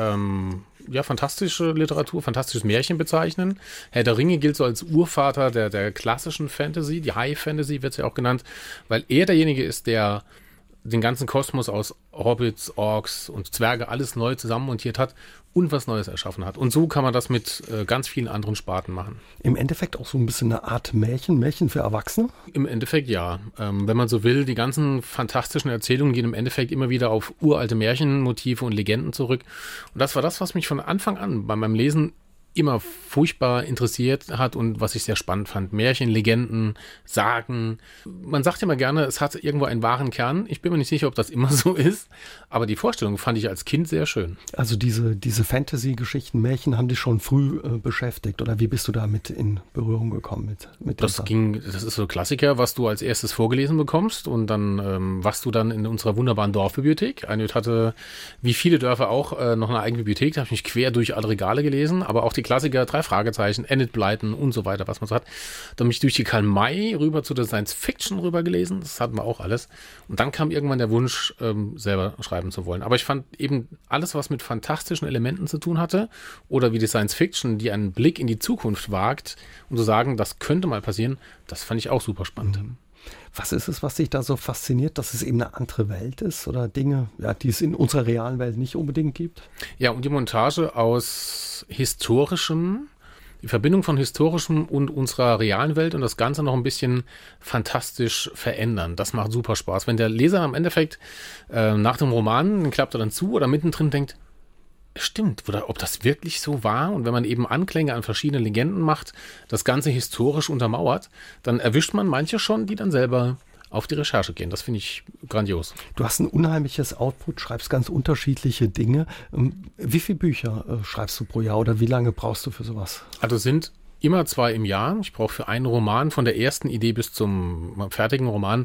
Literatur, fantastisches Märchen bezeichnen. Herr der Ringe gilt so als Urvater der klassischen Fantasy, die High Fantasy wird es ja auch genannt, weil er derjenige ist, der den ganzen Kosmos aus Hobbits, Orks und Zwerge alles neu zusammenmontiert hat und was Neues erschaffen hat. Und so kann man das mit ganz vielen anderen Sparten machen. Im Endeffekt auch so ein bisschen eine Art Märchen für Erwachsene? Im Endeffekt ja. Wenn man so will, die ganzen fantastischen Erzählungen gehen im Endeffekt immer wieder auf uralte Märchenmotive und Legenden zurück. Und das war das, was mich von Anfang an bei meinem Lesen immer furchtbar interessiert hat und was ich sehr spannend fand. Märchen, Legenden, Sagen. Man sagt ja immer gerne, es hat irgendwo einen wahren Kern. Ich bin mir nicht sicher, ob das immer so ist, aber die Vorstellung fand ich als Kind sehr schön. Also diese Fantasy-Geschichten, Märchen haben dich schon früh beschäftigt oder wie bist du damit in Berührung gekommen mit das ist so ein Klassiker, was du als erstes vorgelesen bekommst und dann was du dann in unserer wunderbaren Dorfbibliothek. Einöd hatte, wie viele Dörfer auch, noch eine eigene Bibliothek. Da habe ich mich quer durch alle Regale gelesen, aber auch die Klassiker, 3 Fragezeichen, Enid Blyton und so weiter, was man so hat. Dann bin ich durch die Karl May rüber zu der Science-Fiction rüber gelesen. Das hatten wir auch alles. Und dann kam irgendwann der Wunsch, selber schreiben zu wollen. Aber ich fand eben alles, was mit fantastischen Elementen zu tun hatte oder wie die Science-Fiction, die einen Blick in die Zukunft wagt und zu sagen, das könnte mal passieren, das fand ich auch super spannend. Mhm. Was ist es, was dich da so fasziniert, dass es eben eine andere Welt ist oder Dinge, ja, die es in unserer realen Welt nicht unbedingt gibt? Ja, und die Montage aus Historischem, die Verbindung von Historischem und unserer realen Welt und das Ganze noch ein bisschen fantastisch verändern. Das macht super Spaß. Wenn der Leser am Endeffekt nach dem Roman, den klappt er dann zu oder mittendrin denkt, stimmt, oder ob das wirklich so war und wenn man eben Anklänge an verschiedenen Legenden macht, das Ganze historisch untermauert, dann erwischt man manche schon, die dann selber auf die Recherche gehen. Das finde ich grandios. Du hast ein unheimliches Output, schreibst ganz unterschiedliche Dinge. Wie viele Bücher schreibst du pro Jahr oder wie lange brauchst du für sowas? Also es sind immer 2 im Jahr. Ich brauche für einen Roman von der ersten Idee bis zum fertigen Roman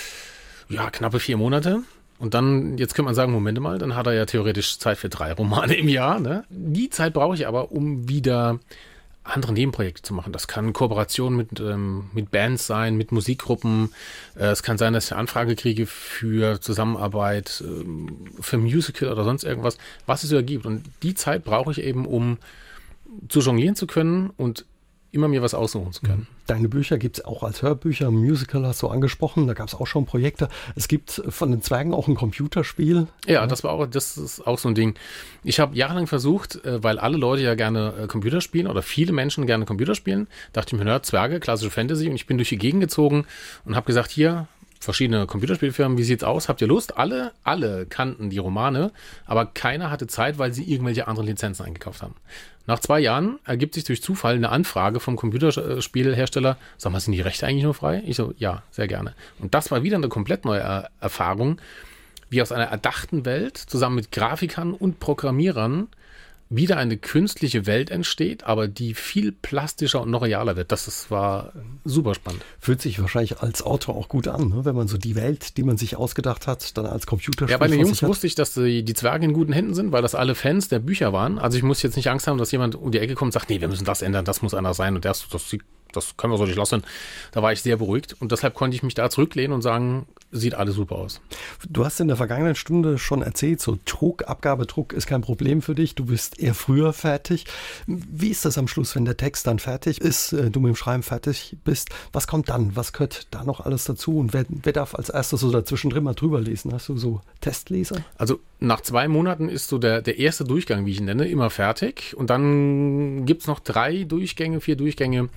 knappe 4 Monate. Und dann, jetzt könnte man sagen, Moment mal, dann hat er ja theoretisch Zeit für 3 Romane im Jahr. Ne? Die Zeit brauche ich aber, um wieder andere Nebenprojekte zu machen. Das kann Kooperation mit Bands sein, mit Musikgruppen. Es kann sein, dass ich eine Anfrage kriege für Zusammenarbeit, für Musical oder sonst irgendwas, was es so ergibt. Und die Zeit brauche ich eben, um zu jonglieren zu können und immer mir was aussuchen zu können. Deine Bücher gibt es auch als Hörbücher, Musical hast du angesprochen, da gab es auch schon Projekte. Es gibt von den Zwergen auch ein Computerspiel. Ja, das ist auch so ein Ding. Ich habe jahrelang versucht, weil alle Leute ja gerne Computer spielen oder viele Menschen gerne Computer spielen, dachte ich mir, Zwerge, klassische Fantasy und ich bin durch die Gegend gezogen und habe gesagt, hier, verschiedene Computerspielfirmen, wie sieht's aus? Habt ihr Lust? Alle kannten die Romane, aber keiner hatte Zeit, weil sie irgendwelche anderen Lizenzen eingekauft haben. Nach 2 Jahren ergibt sich durch Zufall eine Anfrage vom Computerspielhersteller, sag mal, sind die Rechte eigentlich nur frei? Ich so, ja, sehr gerne. Und das war wieder eine komplett neue Erfahrung, wie aus einer erdachten Welt zusammen mit Grafikern und Programmierern wieder eine künstliche Welt entsteht, aber die viel plastischer und noch realer wird. Das war super spannend. Fühlt sich wahrscheinlich als Autor auch gut an, ne? Wenn man so die Welt, die man sich ausgedacht hat, dann als Computerspiel. Ja, bei den Jungs wusste ich, dass die Zwerge in guten Händen sind, weil das alle Fans der Bücher waren. Also ich muss jetzt nicht Angst haben, dass jemand um die Ecke kommt und sagt, nee, wir müssen das ändern, das muss anders sein und das können wir so nicht lassen. Da war ich sehr beruhigt und deshalb konnte ich mich da zurücklehnen und sagen, sieht alles super aus. Du hast in der vergangenen Stunde schon erzählt, so Abgabedruck ist kein Problem für dich, du bist eher früher fertig. Wie ist das am Schluss, wenn der Text dann fertig ist, du mit dem Schreiben fertig bist? Was kommt dann? Was gehört da noch alles dazu? Und wer darf als erstes so dazwischendrin mal drüber lesen? Hast du so Testleser? Also nach 2 Monaten ist so der erste Durchgang, wie ich ihn nenne, immer fertig. Und dann gibt es noch 4 Durchgänge,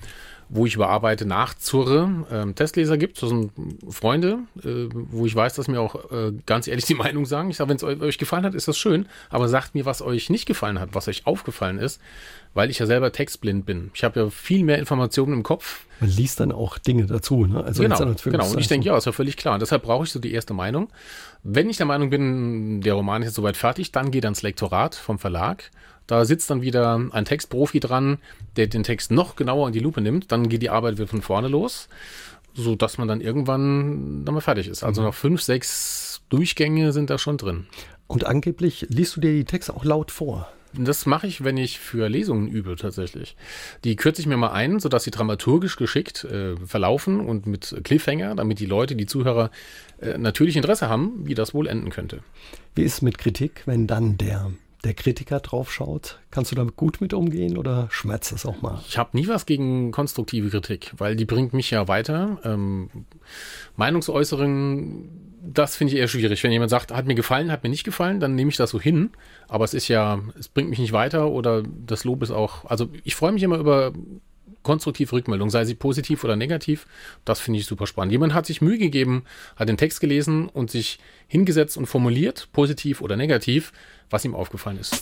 wo ich überarbeite, nachzurre. Testleser gibt, das sind Freunde, wo ich weiß, dass mir auch ganz ehrlich die Meinung sagen. Ich sage, wenn es euch gefallen hat, ist das schön, aber sagt mir, was euch nicht gefallen hat, was euch aufgefallen ist, weil ich ja selber textblind bin. Ich habe ja viel mehr Informationen im Kopf. Man liest dann auch Dinge dazu, ne? Also genau. Und ich denke, ja, ist ja völlig klar. Und deshalb brauche ich so die erste Meinung. Wenn ich der Meinung bin, der Roman ist jetzt soweit fertig, dann geht er ans Lektorat vom Verlag. Da sitzt dann wieder ein Textprofi dran, der den Text noch genauer in die Lupe nimmt. Dann geht die Arbeit wieder von vorne los, sodass man dann irgendwann dann mal fertig ist. Also noch 5, 6 Durchgänge sind da schon drin. Und angeblich liest du dir die Texte auch laut vor? Das mache ich, wenn ich für Lesungen übe tatsächlich. Die kürze ich mir mal ein, sodass sie dramaturgisch geschickt verlaufen und mit Cliffhanger, damit die Leute, die Zuhörer natürlich Interesse haben, wie das wohl enden könnte. Wie ist es mit Kritik, wenn dann der Kritiker drauf schaut? Kannst du damit gut mit umgehen oder schmerzt es auch mal? Ich habe nie was gegen konstruktive Kritik, weil die bringt mich ja weiter. Meinungsäußerungen, das finde ich eher schwierig. Wenn jemand sagt, hat mir gefallen, hat mir nicht gefallen, dann nehme ich das so hin. Aber es bringt mich nicht weiter oder das Lob ist auch, also ich freue mich immer über konstruktive Rückmeldung, sei sie positiv oder negativ. Das finde ich super spannend. Jemand hat sich Mühe gegeben, hat den Text gelesen und sich hingesetzt und formuliert, positiv oder negativ, was ihm aufgefallen ist.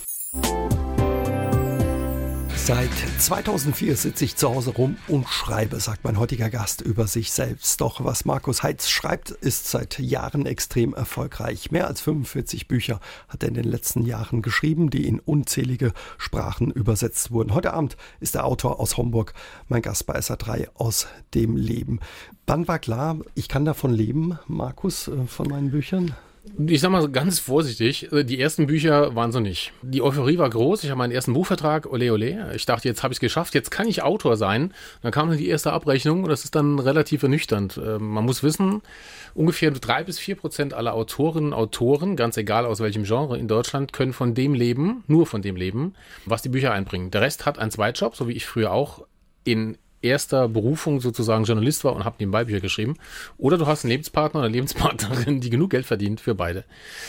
Seit 2004 sitze ich zu Hause rum und schreibe, sagt mein heutiger Gast über sich selbst. Doch was Markus Heitz schreibt, ist seit Jahren extrem erfolgreich. Mehr als 45 Bücher hat er in den letzten Jahren geschrieben, die in unzählige Sprachen übersetzt wurden. Heute Abend ist der Autor aus Homburg mein Gast bei SA3 aus dem Leben. Wann war klar, ich kann davon leben, Markus, von meinen Büchern? Ich sag mal ganz vorsichtig, die ersten Bücher waren so nicht. Die Euphorie war groß, ich habe meinen ersten Buchvertrag, ole ole. Ich dachte, jetzt habe ich es geschafft, jetzt kann ich Autor sein. Dann kam dann die erste Abrechnung und das ist dann relativ ernüchternd. Man muss wissen, ungefähr 3-4% aller Autorinnen und Autoren, ganz egal aus welchem Genre in Deutschland, können von dem leben, nur von dem leben, was die Bücher einbringen. Der Rest hat einen Zweitjob, so wie ich früher auch in erster Berufung sozusagen Journalist war und habe nebenbei Bücher geschrieben. Oder du hast einen Lebenspartner oder eine Lebenspartnerin, die genug Geld verdient für beide.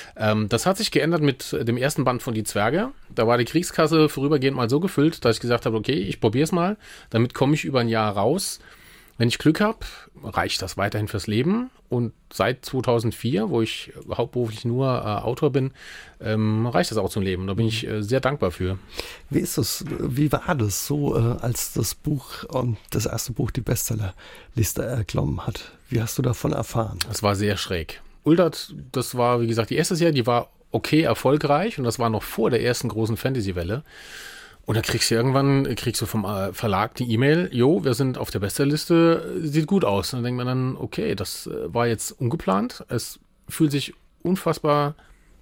Das hat sich geändert mit dem ersten Band von Die Zwerge. Da war die Kriegskasse vorübergehend mal so gefüllt, dass ich gesagt habe, okay, ich probiere es mal. Damit komme ich über ein Jahr raus. Wenn ich Glück habe, reicht das weiterhin fürs Leben. Und seit 2004, wo ich hauptberuflich nur Autor bin, reicht das auch zum Leben. Da bin ich sehr dankbar für. Wie ist das? Wie war das so, als das erste Buch die Bestsellerliste erklommen hat? Wie hast du davon erfahren? Das war sehr schräg. Uldert, das war, wie gesagt, die erste Serie, die war okay erfolgreich und das war noch vor der ersten großen Fantasy-Welle. Und dann kriegst du vom Verlag die E-Mail, wir sind auf der Bestsellerliste, sieht gut aus. Und dann denkt man dann, okay, das war jetzt ungeplant. Es fühlt sich unfassbar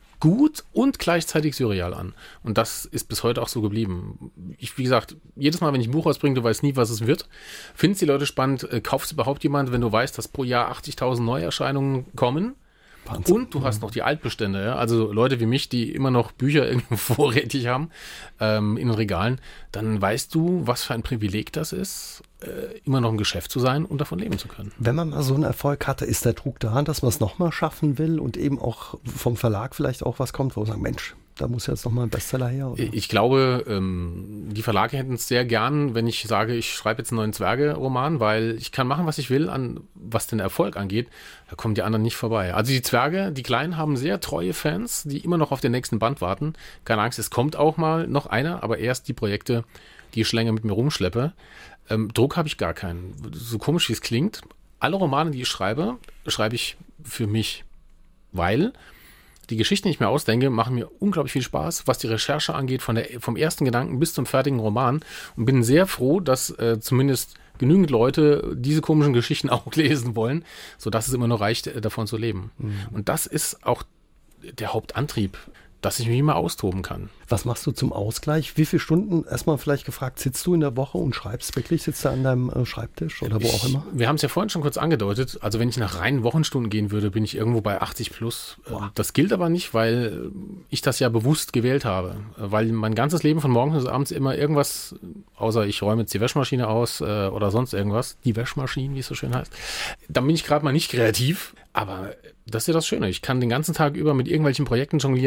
gut und gleichzeitig surreal an. Und das ist bis heute auch so geblieben. Wie gesagt, jedes Mal, wenn ich ein Buch rausbringe, du weißt nie, was es wird. Findest die Leute spannend? Kauft es überhaupt jemand, wenn du weißt, dass pro Jahr 80.000 Neuerscheinungen kommen? Wahnsinn. Und du hast noch die Altbestände, ja? Also Leute wie mich, die immer noch Bücher irgendwo vorrätig haben in den Regalen, dann weißt du, was für ein Privileg das ist, immer noch im Geschäft zu sein und davon leben zu können. Wenn man mal so einen Erfolg hatte, ist der Druck da, dass man es nochmal schaffen will und eben auch vom Verlag vielleicht auch was kommt, wo man sagt, Mensch, da muss jetzt nochmal ein Bestseller her? Oder? Ich glaube, die Verlage hätten es sehr gern, wenn ich sage, ich schreibe jetzt einen neuen Zwerge-Roman, weil ich kann machen, was ich will, was den Erfolg angeht. Da kommen die anderen nicht vorbei. Also die Zwerge, die Kleinen, haben sehr treue Fans, die immer noch auf den nächsten Band warten. Keine Angst, es kommt auch mal noch einer, aber erst die Projekte, die ich schon länger mit mir rumschleppe. Druck habe ich gar keinen. So komisch, wie es klingt. Alle Romane, die ich schreibe ich für mich, weil die Geschichten, die ich mir ausdenke, machen mir unglaublich viel Spaß, was die Recherche angeht, vom ersten Gedanken bis zum fertigen Roman. Und bin sehr froh, dass zumindest genügend Leute diese komischen Geschichten auch lesen wollen, sodass es immer noch reicht, davon zu leben. Mhm. Und das ist auch der Hauptantrieb, dass ich mich immer austoben kann. Was machst du zum Ausgleich? Wie viele Stunden, erstmal vielleicht gefragt, sitzt du in der Woche und schreibst wirklich? Sitzt du an deinem Schreibtisch oder wo auch immer? Wir haben es ja vorhin schon kurz angedeutet. Also wenn ich nach reinen Wochenstunden gehen würde, bin ich irgendwo bei 80 plus. Wow. Das gilt aber nicht, weil ich das ja bewusst gewählt habe. Weil mein ganzes Leben von morgens bis abends immer irgendwas, außer ich räume jetzt die Waschmaschine aus oder sonst irgendwas, die Waschmaschine, wie es so schön heißt, dann bin ich gerade mal nicht kreativ. Aber das ist ja das Schöne. Ich kann den ganzen Tag über mit irgendwelchen Projekten jonglieren, kann am nächsten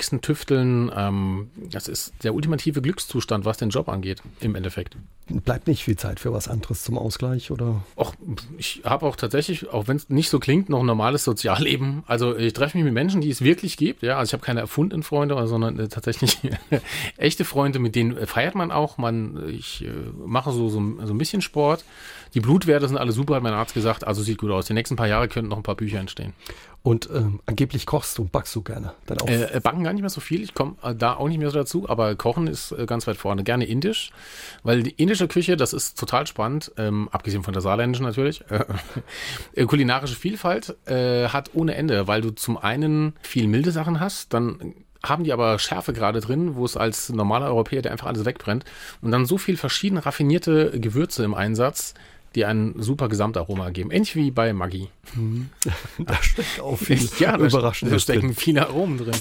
nächsten Tüfteln. Das ist der ultimative Glückszustand, was den Job angeht, im Endeffekt. Bleibt nicht viel Zeit für was anderes zum Ausgleich, oder? Ich habe auch tatsächlich, auch wenn es nicht so klingt, noch ein normales Sozialleben. Also ich treffe mich mit Menschen, die es wirklich gibt. Ja, also ich habe keine erfundenen Freunde, sondern tatsächlich echte Freunde, mit denen feiert man auch. Ich mache so ein bisschen Sport. Die Blutwerte sind alle super, hat mein Arzt gesagt. Also sieht gut aus. Die nächsten paar Jahre könnten noch ein paar Bücher entstehen. Und angeblich kochst du und backst du gerne. Backen gar nicht mehr so viel. Ich komme da auch nicht mehr so dazu. Aber Kochen ist ganz weit vorne. Gerne indisch. Weil die indische Küche, das ist total spannend. Abgesehen von der saarländischen natürlich. Kulinarische Vielfalt hat ohne Ende. Weil du zum einen viel milde Sachen hast, dann haben die aber Schärfe gerade drin, wo es als normaler Europäer, der einfach alles wegbrennt. Und dann so viel verschiedene raffinierte Gewürze im Einsatz, die ein super Gesamtaroma geben. Ähnlich wie bei Maggi. Da steckt auch viel Überraschendes. Da stecken viele Aromen drin.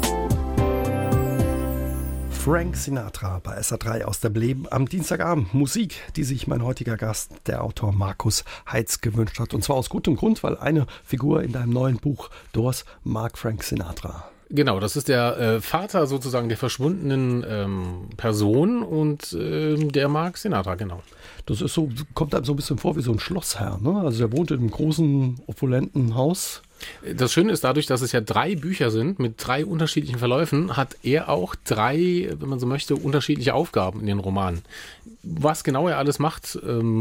Frank Sinatra bei SA3 aus dem Leben am Dienstagabend. Musik, die sich mein heutiger Gast, der Autor Markus Heitz, gewünscht hat. Und zwar aus gutem Grund, weil eine Figur in deinem neuen Buch Doors mag Frank Sinatra. Genau, das ist der Vater sozusagen der verschwundenen Person und der mag Sinatra, genau. Das ist so, kommt einem so ein bisschen vor wie so ein Schlossherr, ne? Also der wohnt in einem großen, opulenten Haus. Das Schöne ist, dadurch, dass es ja 3 Bücher sind mit 3 unterschiedlichen Verläufen, hat er auch 3, wenn man so möchte, unterschiedliche Aufgaben in den Romanen. Was genau er alles macht,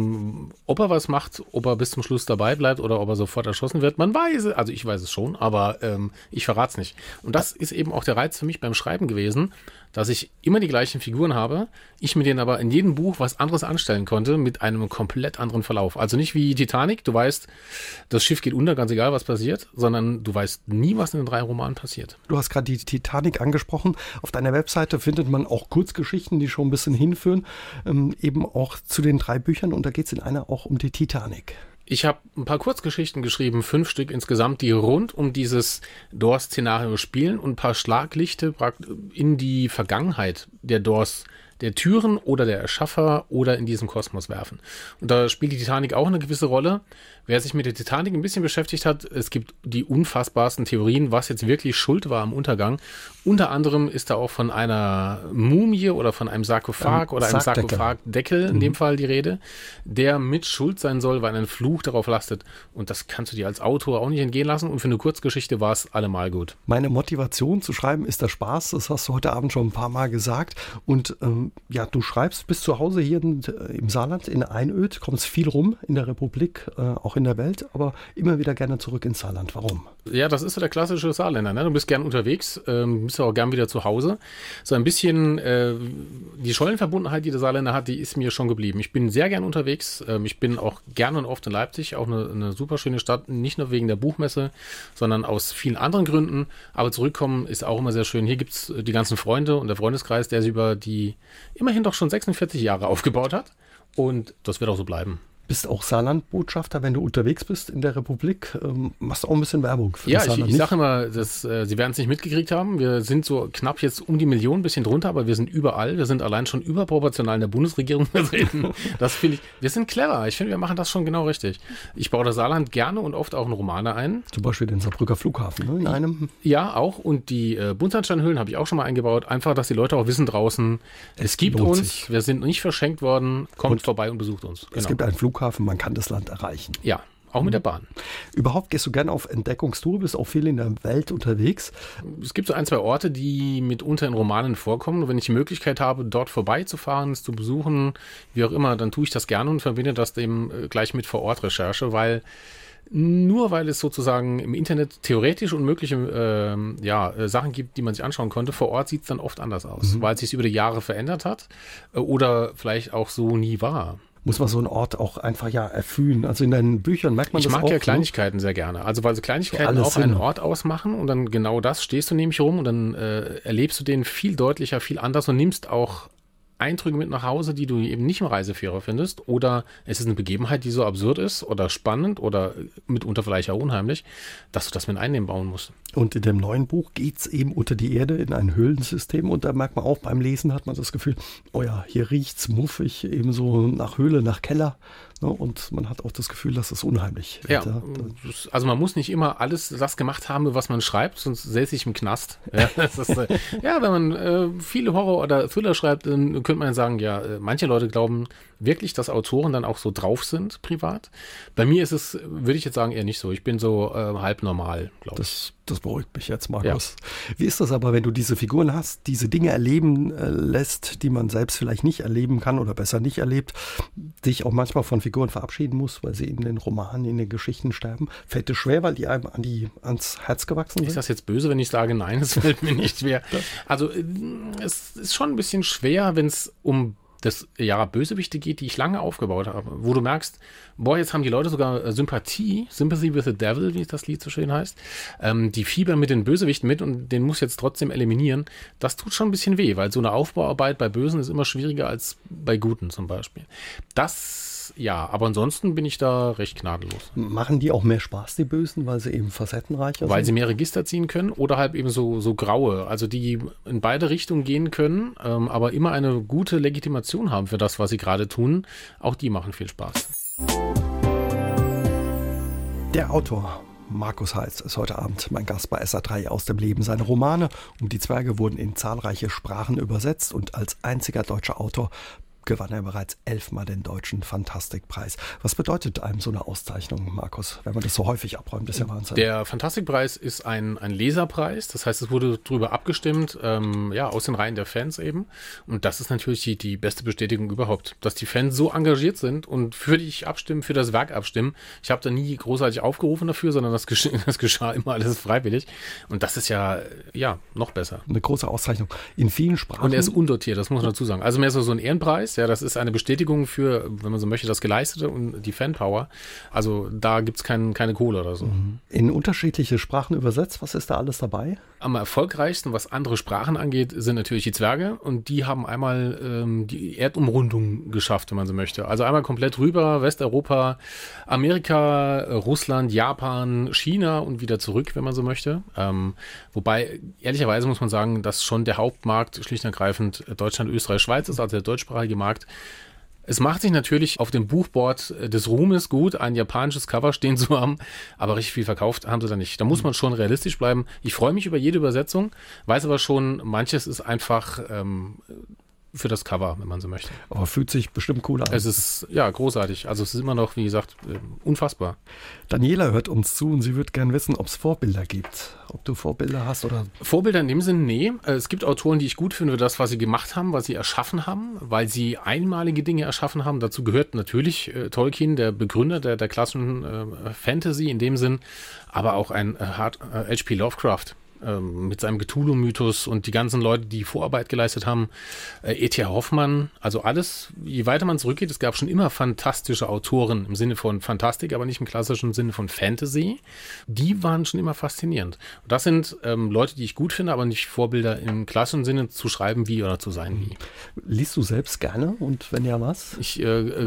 ob er was macht, ob er bis zum Schluss dabei bleibt oder ob er sofort erschossen wird, man weiß es, also ich weiß es schon, aber ich verrate es nicht. Und das ist eben auch der Reiz für mich beim Schreiben gewesen, dass ich immer die gleichen Figuren habe, ich mit denen aber in jedem Buch was anderes anstellen konnte mit einem komplett anderen Verlauf. Also nicht wie Titanic, du weißt, das Schiff geht unter, ganz egal was passiert, sondern du weißt nie, was in den 3 Romanen passiert. Du hast gerade die Titanic angesprochen. Auf deiner Webseite findet man auch Kurzgeschichten, die schon ein bisschen hinführen, eben auch zu den 3 Büchern, und da geht es in einer auch um die Titanic. Ich habe ein paar Kurzgeschichten geschrieben, 5 Stück insgesamt, die rund um dieses Doors-Szenario spielen und ein paar Schlaglichte in die Vergangenheit der Doors, der Türen oder der Erschaffer oder in diesem Kosmos werfen. Und da spielt die Titanic auch eine gewisse Rolle. Wer sich mit der Titanic ein bisschen beschäftigt hat, es gibt die unfassbarsten Theorien, was jetzt wirklich schuld war am Untergang. Unter anderem ist da auch von einer Mumie oder von einem Sarkophag oder einem Sarkophagdeckel in dem Fall die Rede, der mit schuld sein soll, weil ein Fluch darauf lastet. Und das kannst du dir als Autor auch nicht entgehen lassen. Und für eine Kurzgeschichte war es allemal gut. Meine Motivation zu schreiben ist der Spaß. Das hast du heute Abend schon ein paar Mal gesagt. Und du schreibst bis zu Hause hier im Saarland in Einöd, kommst viel rum in der Republik, auch in der Welt, aber immer wieder gerne zurück ins Saarland. Warum? Ja, das ist so der klassische Saarländer. Ne? Du bist gern unterwegs, bist auch gern wieder zu Hause. So ein bisschen die Schollenverbundenheit, die der Saarländer hat, die ist mir schon geblieben. Ich bin sehr gern unterwegs. Ich bin auch gern und oft in Leipzig, auch eine super schöne Stadt, nicht nur wegen der Buchmesse, sondern aus vielen anderen Gründen. Aber zurückkommen ist auch immer sehr schön. Hier gibt es die ganzen Freunde und der Freundeskreis, der sich über die immerhin doch schon 46 Jahre aufgebaut hat. Und das wird auch so bleiben. Bist auch Saarland-Botschafter, wenn du unterwegs bist in der Republik. Machst auch ein bisschen Werbung für das Saarland. Ja, ich sage immer, Sie werden es nicht mitgekriegt haben. Wir sind so knapp jetzt um die Million, ein bisschen drunter, aber wir sind überall. Wir sind allein schon überproportional in der Bundesregierung vertreten. Das finde ich, wir sind clever. Ich finde, wir machen das schon genau richtig. Ich baue das Saarland gerne und oft auch in Romane ein. Zum Beispiel den Saarbrücker Flughafen, ne? In einem. Ja, auch. Und die Buntsandsteinhöhlen habe ich auch schon mal eingebaut. Einfach, dass die Leute auch wissen draußen, es gibt uns, sich. Wir sind nicht verschenkt worden. Kommt vorbei und besucht uns. Es gibt einen Flughafen, man kann das Land erreichen. Ja, auch mit der Bahn. Überhaupt gehst du gerne auf Entdeckungstour, bist auch viel in der Welt unterwegs. Es gibt so 1, 2 Orte, die mitunter in Romanen vorkommen. Und wenn ich die Möglichkeit habe, dort vorbeizufahren, es zu besuchen, wie auch immer, dann tue ich das gerne und verbinde das eben gleich mit Vor-Ort-Recherche, weil es sozusagen im Internet theoretisch unmögliche Sachen gibt, die man sich anschauen konnte. Vor Ort sieht es dann oft anders aus, weil es sich über die Jahre verändert hat oder vielleicht auch so nie war. Muss man so einen Ort auch einfach erfühlen. Also in deinen Büchern merkt man das auch. Ich mag ja Kleinigkeiten sehr gerne. Also weil so Kleinigkeiten auch einen Ort ausmachen und dann genau das stehst du nämlich rum und dann erlebst du den viel deutlicher, viel anders und nimmst auch Eindrücke mit nach Hause, die du eben nicht im Reiseführer findest, oder es ist eine Begebenheit, die so absurd ist oder spannend oder mitunter vielleicht auch unheimlich, dass du das mit einnehmen bauen musst. Und in dem neuen Buch geht es eben unter die Erde in ein Höhlensystem und da merkt man auch, beim Lesen hat man das Gefühl, oh ja, hier riecht's muffig, eben so nach Höhle, nach Keller. Ne? Und man hat auch das Gefühl, dass es unheimlich Ja, wird. also man muss nicht immer alles das gemacht haben, was man schreibt, sonst säße ich im Knast. Ja, das ist, ja, wenn man viele Horror- oder Thriller schreibt, dann könnte man sagen, ja, manche Leute glauben wirklich, dass Autoren dann auch so drauf sind, privat. Bei mir ist es, würde ich jetzt sagen, eher nicht so. Ich bin so halb normal, glaube ich. Das beruhigt mich jetzt, Markus. Ja. Wie ist das aber, wenn du diese Figuren hast, diese Dinge erleben lässt, die man selbst vielleicht nicht erleben kann oder besser nicht erlebt, dich auch manchmal von Figuren verabschieden muss, weil sie in den Romanen, in den Geschichten sterben? Fällt es schwer, weil die einem ans Herz gewachsen sind? Ist das jetzt böse, wenn ich sage, nein, es fällt mir nicht schwer? Also es ist schon ein bisschen schwer, wenn es um das Bösewichte geht, die ich lange aufgebaut habe, wo du merkst, boah, jetzt haben die Leute sogar Sympathy with the Devil, wie das Lied so schön heißt, die fiebern mit den Bösewichten mit und den muss jetzt trotzdem eliminieren. Das tut schon ein bisschen weh, weil so eine Aufbauarbeit bei Bösen ist immer schwieriger als bei Guten zum Beispiel. Ja, aber ansonsten bin ich da recht gnadenlos. Machen die auch mehr Spaß, die Bösen, weil sie eben facettenreicher sind? Weil sie mehr Register ziehen können oder halt eben so graue, also die in beide Richtungen gehen können, aber immer eine gute Legitimation haben für das, was sie gerade tun. Auch die machen viel Spaß. Der Autor Markus Heitz ist heute Abend mein Gast bei SA3 aus dem Leben. Seine Romane Um die Zwerge wurden in zahlreiche Sprachen übersetzt und als einziger deutscher Autor gewann er bereits 11-mal den Deutschen Fantastikpreis. Was bedeutet einem so eine Auszeichnung, Markus, wenn man das so häufig abräumt? Das ist ja Wahnsinn. Der Fantastikpreis ist ein Leserpreis, das heißt, es wurde darüber abgestimmt, aus den Reihen der Fans eben. Und das ist natürlich die beste Bestätigung überhaupt, dass die Fans so engagiert sind und für dich abstimmen, für das Werk abstimmen. Ich habe da nie großartig aufgerufen dafür, sondern das geschah immer alles freiwillig. Und das ist ja noch besser. Eine große Auszeichnung. In vielen Sprachen. Und er ist undotiert, das muss man dazu sagen. Also mehr so ein Ehrenpreis. Ja, das ist eine Bestätigung für, wenn man so möchte, das Geleistete und die Fanpower. Also da gibt es keine Kohle oder so. In unterschiedliche Sprachen übersetzt, was ist da alles dabei? Am erfolgreichsten, was andere Sprachen angeht, sind natürlich die Zwerge und die haben einmal die Erdumrundung geschafft, wenn man so möchte. Also einmal komplett rüber, Westeuropa, Amerika, Russland, Japan, China und wieder zurück, wenn man so möchte. Wobei, ehrlicherweise muss man sagen, dass schon der Hauptmarkt schlicht und ergreifend Deutschland, Österreich, Schweiz ist, also der deutschsprachige Markt. Es macht sich natürlich auf dem Buchboard des Ruhmes gut, ein japanisches Cover stehen zu haben, aber richtig viel verkauft haben sie da nicht. Da muss man schon realistisch bleiben. Ich freue mich über jede Übersetzung, weiß aber schon, manches ist einfach für das Cover, wenn man so möchte. Aber fühlt sich bestimmt cool an. Es ist, großartig. Also es ist immer noch, wie gesagt, unfassbar. Daniela hört uns zu und sie würde gern wissen, ob es Vorbilder gibt. Ob du Vorbilder hast oder... Vorbilder in dem Sinne, nee. Es gibt Autoren, die ich gut finde für das, was sie gemacht haben, was sie erschaffen haben, weil sie einmalige Dinge erschaffen haben. Dazu gehört natürlich Tolkien, der Begründer der klassischen Fantasy in dem Sinn, aber auch ein H.P. Lovecraft. Mit seinem Cthulhu-Mythos und die ganzen Leute, die Vorarbeit geleistet haben, E.T.A. Hoffmann, also alles, je weiter man zurückgeht, es gab schon immer fantastische Autoren im Sinne von Fantastik, aber nicht im klassischen Sinne von Fantasy, die waren schon immer faszinierend. Und das sind Leute, die ich gut finde, aber nicht Vorbilder im klassischen Sinne zu schreiben wie oder zu sein wie. Liest du selbst gerne und wenn ja, was? Ich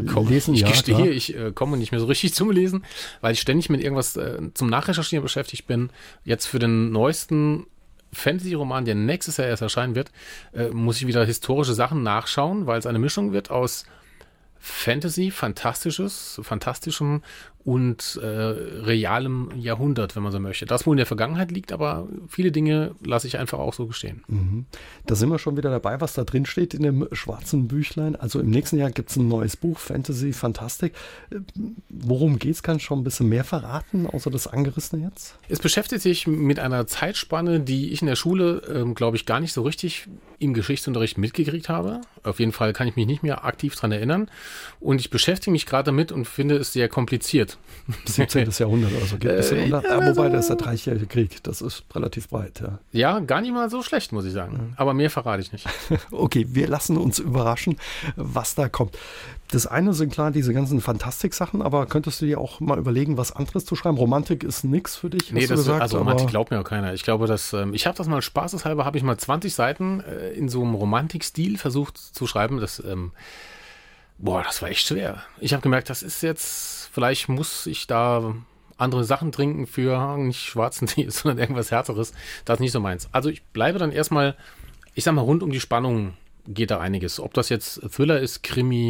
komme nicht mehr so richtig zum Lesen, weil ich ständig mit irgendwas zum Nachrecherchieren beschäftigt bin. Jetzt für den neuesten Fantasy-Roman, der nächstes Jahr erst erscheinen wird, muss ich wieder historische Sachen nachschauen, weil es eine Mischung wird aus Fantasy, Fantastischem und realem Jahrhundert, wenn man so möchte. Das wohl in der Vergangenheit liegt, aber viele Dinge lasse ich einfach auch so gestehen. Mhm. Da sind wir schon wieder dabei, was da drin steht in dem schwarzen Büchlein. Also im nächsten Jahr gibt es ein neues Buch, Fantasy, Fantastik. Worum geht es? Kannst du schon ein bisschen mehr verraten, außer das Angerissene jetzt? Es beschäftigt sich mit einer Zeitspanne, die ich in der Schule, glaube ich, gar nicht so richtig im Geschichtsunterricht mitgekriegt habe. Auf jeden Fall kann ich mich nicht mehr aktiv daran erinnern. Und ich beschäftige mich gerade damit und finde es sehr kompliziert. 17. Jahrhundert oder so. Wobei das ist der Dreißigjährige Krieg. Das ist relativ breit. Ja. Ja, gar nicht mal so schlecht, muss ich sagen. Aber mehr verrate ich nicht. Okay, wir lassen uns überraschen, was da kommt. Das eine sind klar diese ganzen Fantastik-Sachen, aber könntest du dir auch mal überlegen, was anderes zu schreiben? Romantik ist nix für dich, hast du gesagt? Also Romantik glaubt mir auch keiner. Ich glaube, ich habe das mal spaßeshalber, habe ich mal 20 Seiten in so einem Romantik-Stil versucht zu schreiben. Das war echt schwer. Ich habe gemerkt, das ist jetzt, vielleicht muss ich da andere Sachen trinken für nicht schwarzen Tee, sondern irgendwas Härteres. Das ist nicht so meins. Also ich bleibe dann erstmal, ich sag mal, rund um die Spannung geht da einiges. Ob das jetzt Thriller ist, Krimi,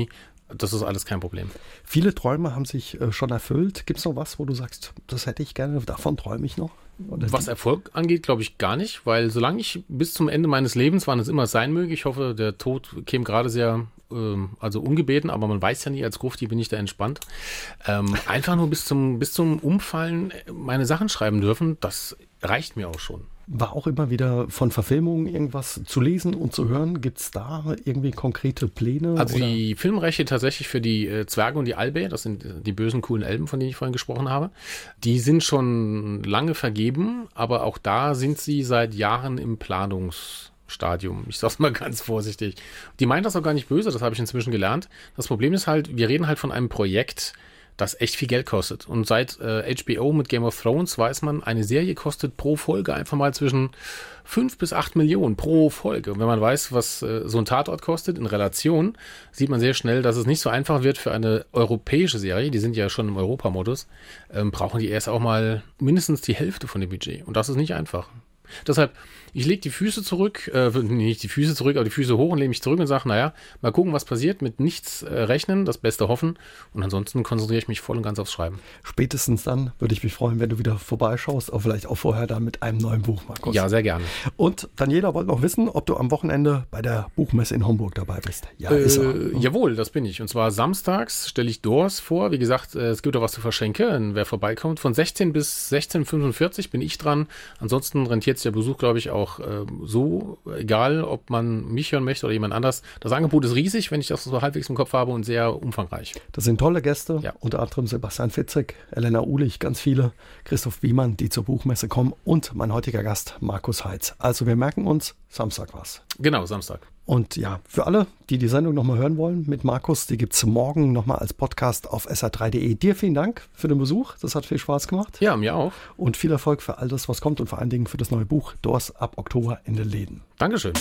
das ist alles kein Problem. Viele Träume haben sich schon erfüllt. Gibt es noch was, wo du sagst, das hätte ich gerne, davon träume ich noch? Oder was Erfolg angeht, glaube ich gar nicht, weil solange ich bis zum Ende meines Lebens, wann es immer sein möge, ich hoffe, der Tod käme gerade sehr, also ungebeten, aber man weiß ja nie, als Grufti bin ich da entspannt. Einfach nur bis zum Umfallen meine Sachen schreiben dürfen, das reicht mir auch schon. War auch immer wieder von Verfilmungen irgendwas zu lesen und zu hören? Gibt es da irgendwie konkrete Pläne? Also oder? Die Filmrechte tatsächlich für die Zwerge und die Albe, das sind die bösen, coolen Elben, von denen ich vorhin gesprochen habe, die sind schon lange vergeben, aber auch da sind sie seit Jahren im Planungsstadium. Ich sag's mal ganz vorsichtig. Die meinen das auch gar nicht böse, das habe ich inzwischen gelernt. Das Problem ist halt, wir reden halt von einem Projekt, das echt viel Geld kostet. Und seit HBO mit Game of Thrones weiß man, eine Serie kostet pro Folge einfach mal zwischen 5 bis 8 Millionen pro Folge. Und wenn man weiß, was so ein Tatort kostet in Relation, sieht man sehr schnell, dass es nicht so einfach wird für eine europäische Serie, die sind ja schon im Europamodus, brauchen die erst auch mal mindestens die Hälfte von dem Budget. Und das ist nicht einfach. Deshalb, ich lege die Füße zurück, nicht die Füße zurück, aber die Füße hoch und lehne mich zurück und sage, naja, mal gucken, was passiert, mit nichts rechnen, das Beste hoffen und ansonsten konzentriere ich mich voll und ganz aufs Schreiben. Spätestens dann würde ich mich freuen, wenn du wieder vorbeischaust, aber vielleicht auch vorher dann mit einem neuen Buch, Markus. Ja, sehr gerne. Und Daniela wollte noch wissen, ob du am Wochenende bei der Buchmesse in Homburg dabei bist. Ja, ist er. Jawohl, das bin ich. Und zwar samstags stelle ich Doors vor. Wie gesagt, es gibt auch was zu verschenken, wer vorbeikommt. Von 16 bis 16:45 bin ich dran. Ansonsten rentiert der Besuch, glaube ich, auch so, egal, ob man mich hören möchte oder jemand anders. Das Angebot ist riesig, wenn ich das so halbwegs im Kopf habe und sehr umfangreich. Das sind tolle Gäste, ja. Unter anderem Sebastian Fitzek, Elena Uhlich, ganz viele, Christoph Wiemann, die zur Buchmesse kommen und mein heutiger Gast, Markus Heitz. Also wir merken uns, Samstag war's. Genau, Samstag. Und ja, für alle, die die Sendung nochmal hören wollen mit Markus, die gibt es morgen nochmal als Podcast auf sr3.de. Dir vielen Dank für den Besuch, das hat viel Spaß gemacht. Ja, mir auch. Und viel Erfolg für all das, was kommt und vor allen Dingen für das neue Buch Doors ab Oktober in den Läden. Dankeschön.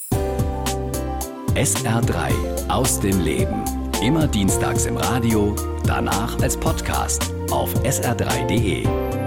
SR3 aus dem Leben. Immer dienstags im Radio, danach als Podcast auf sr3.de.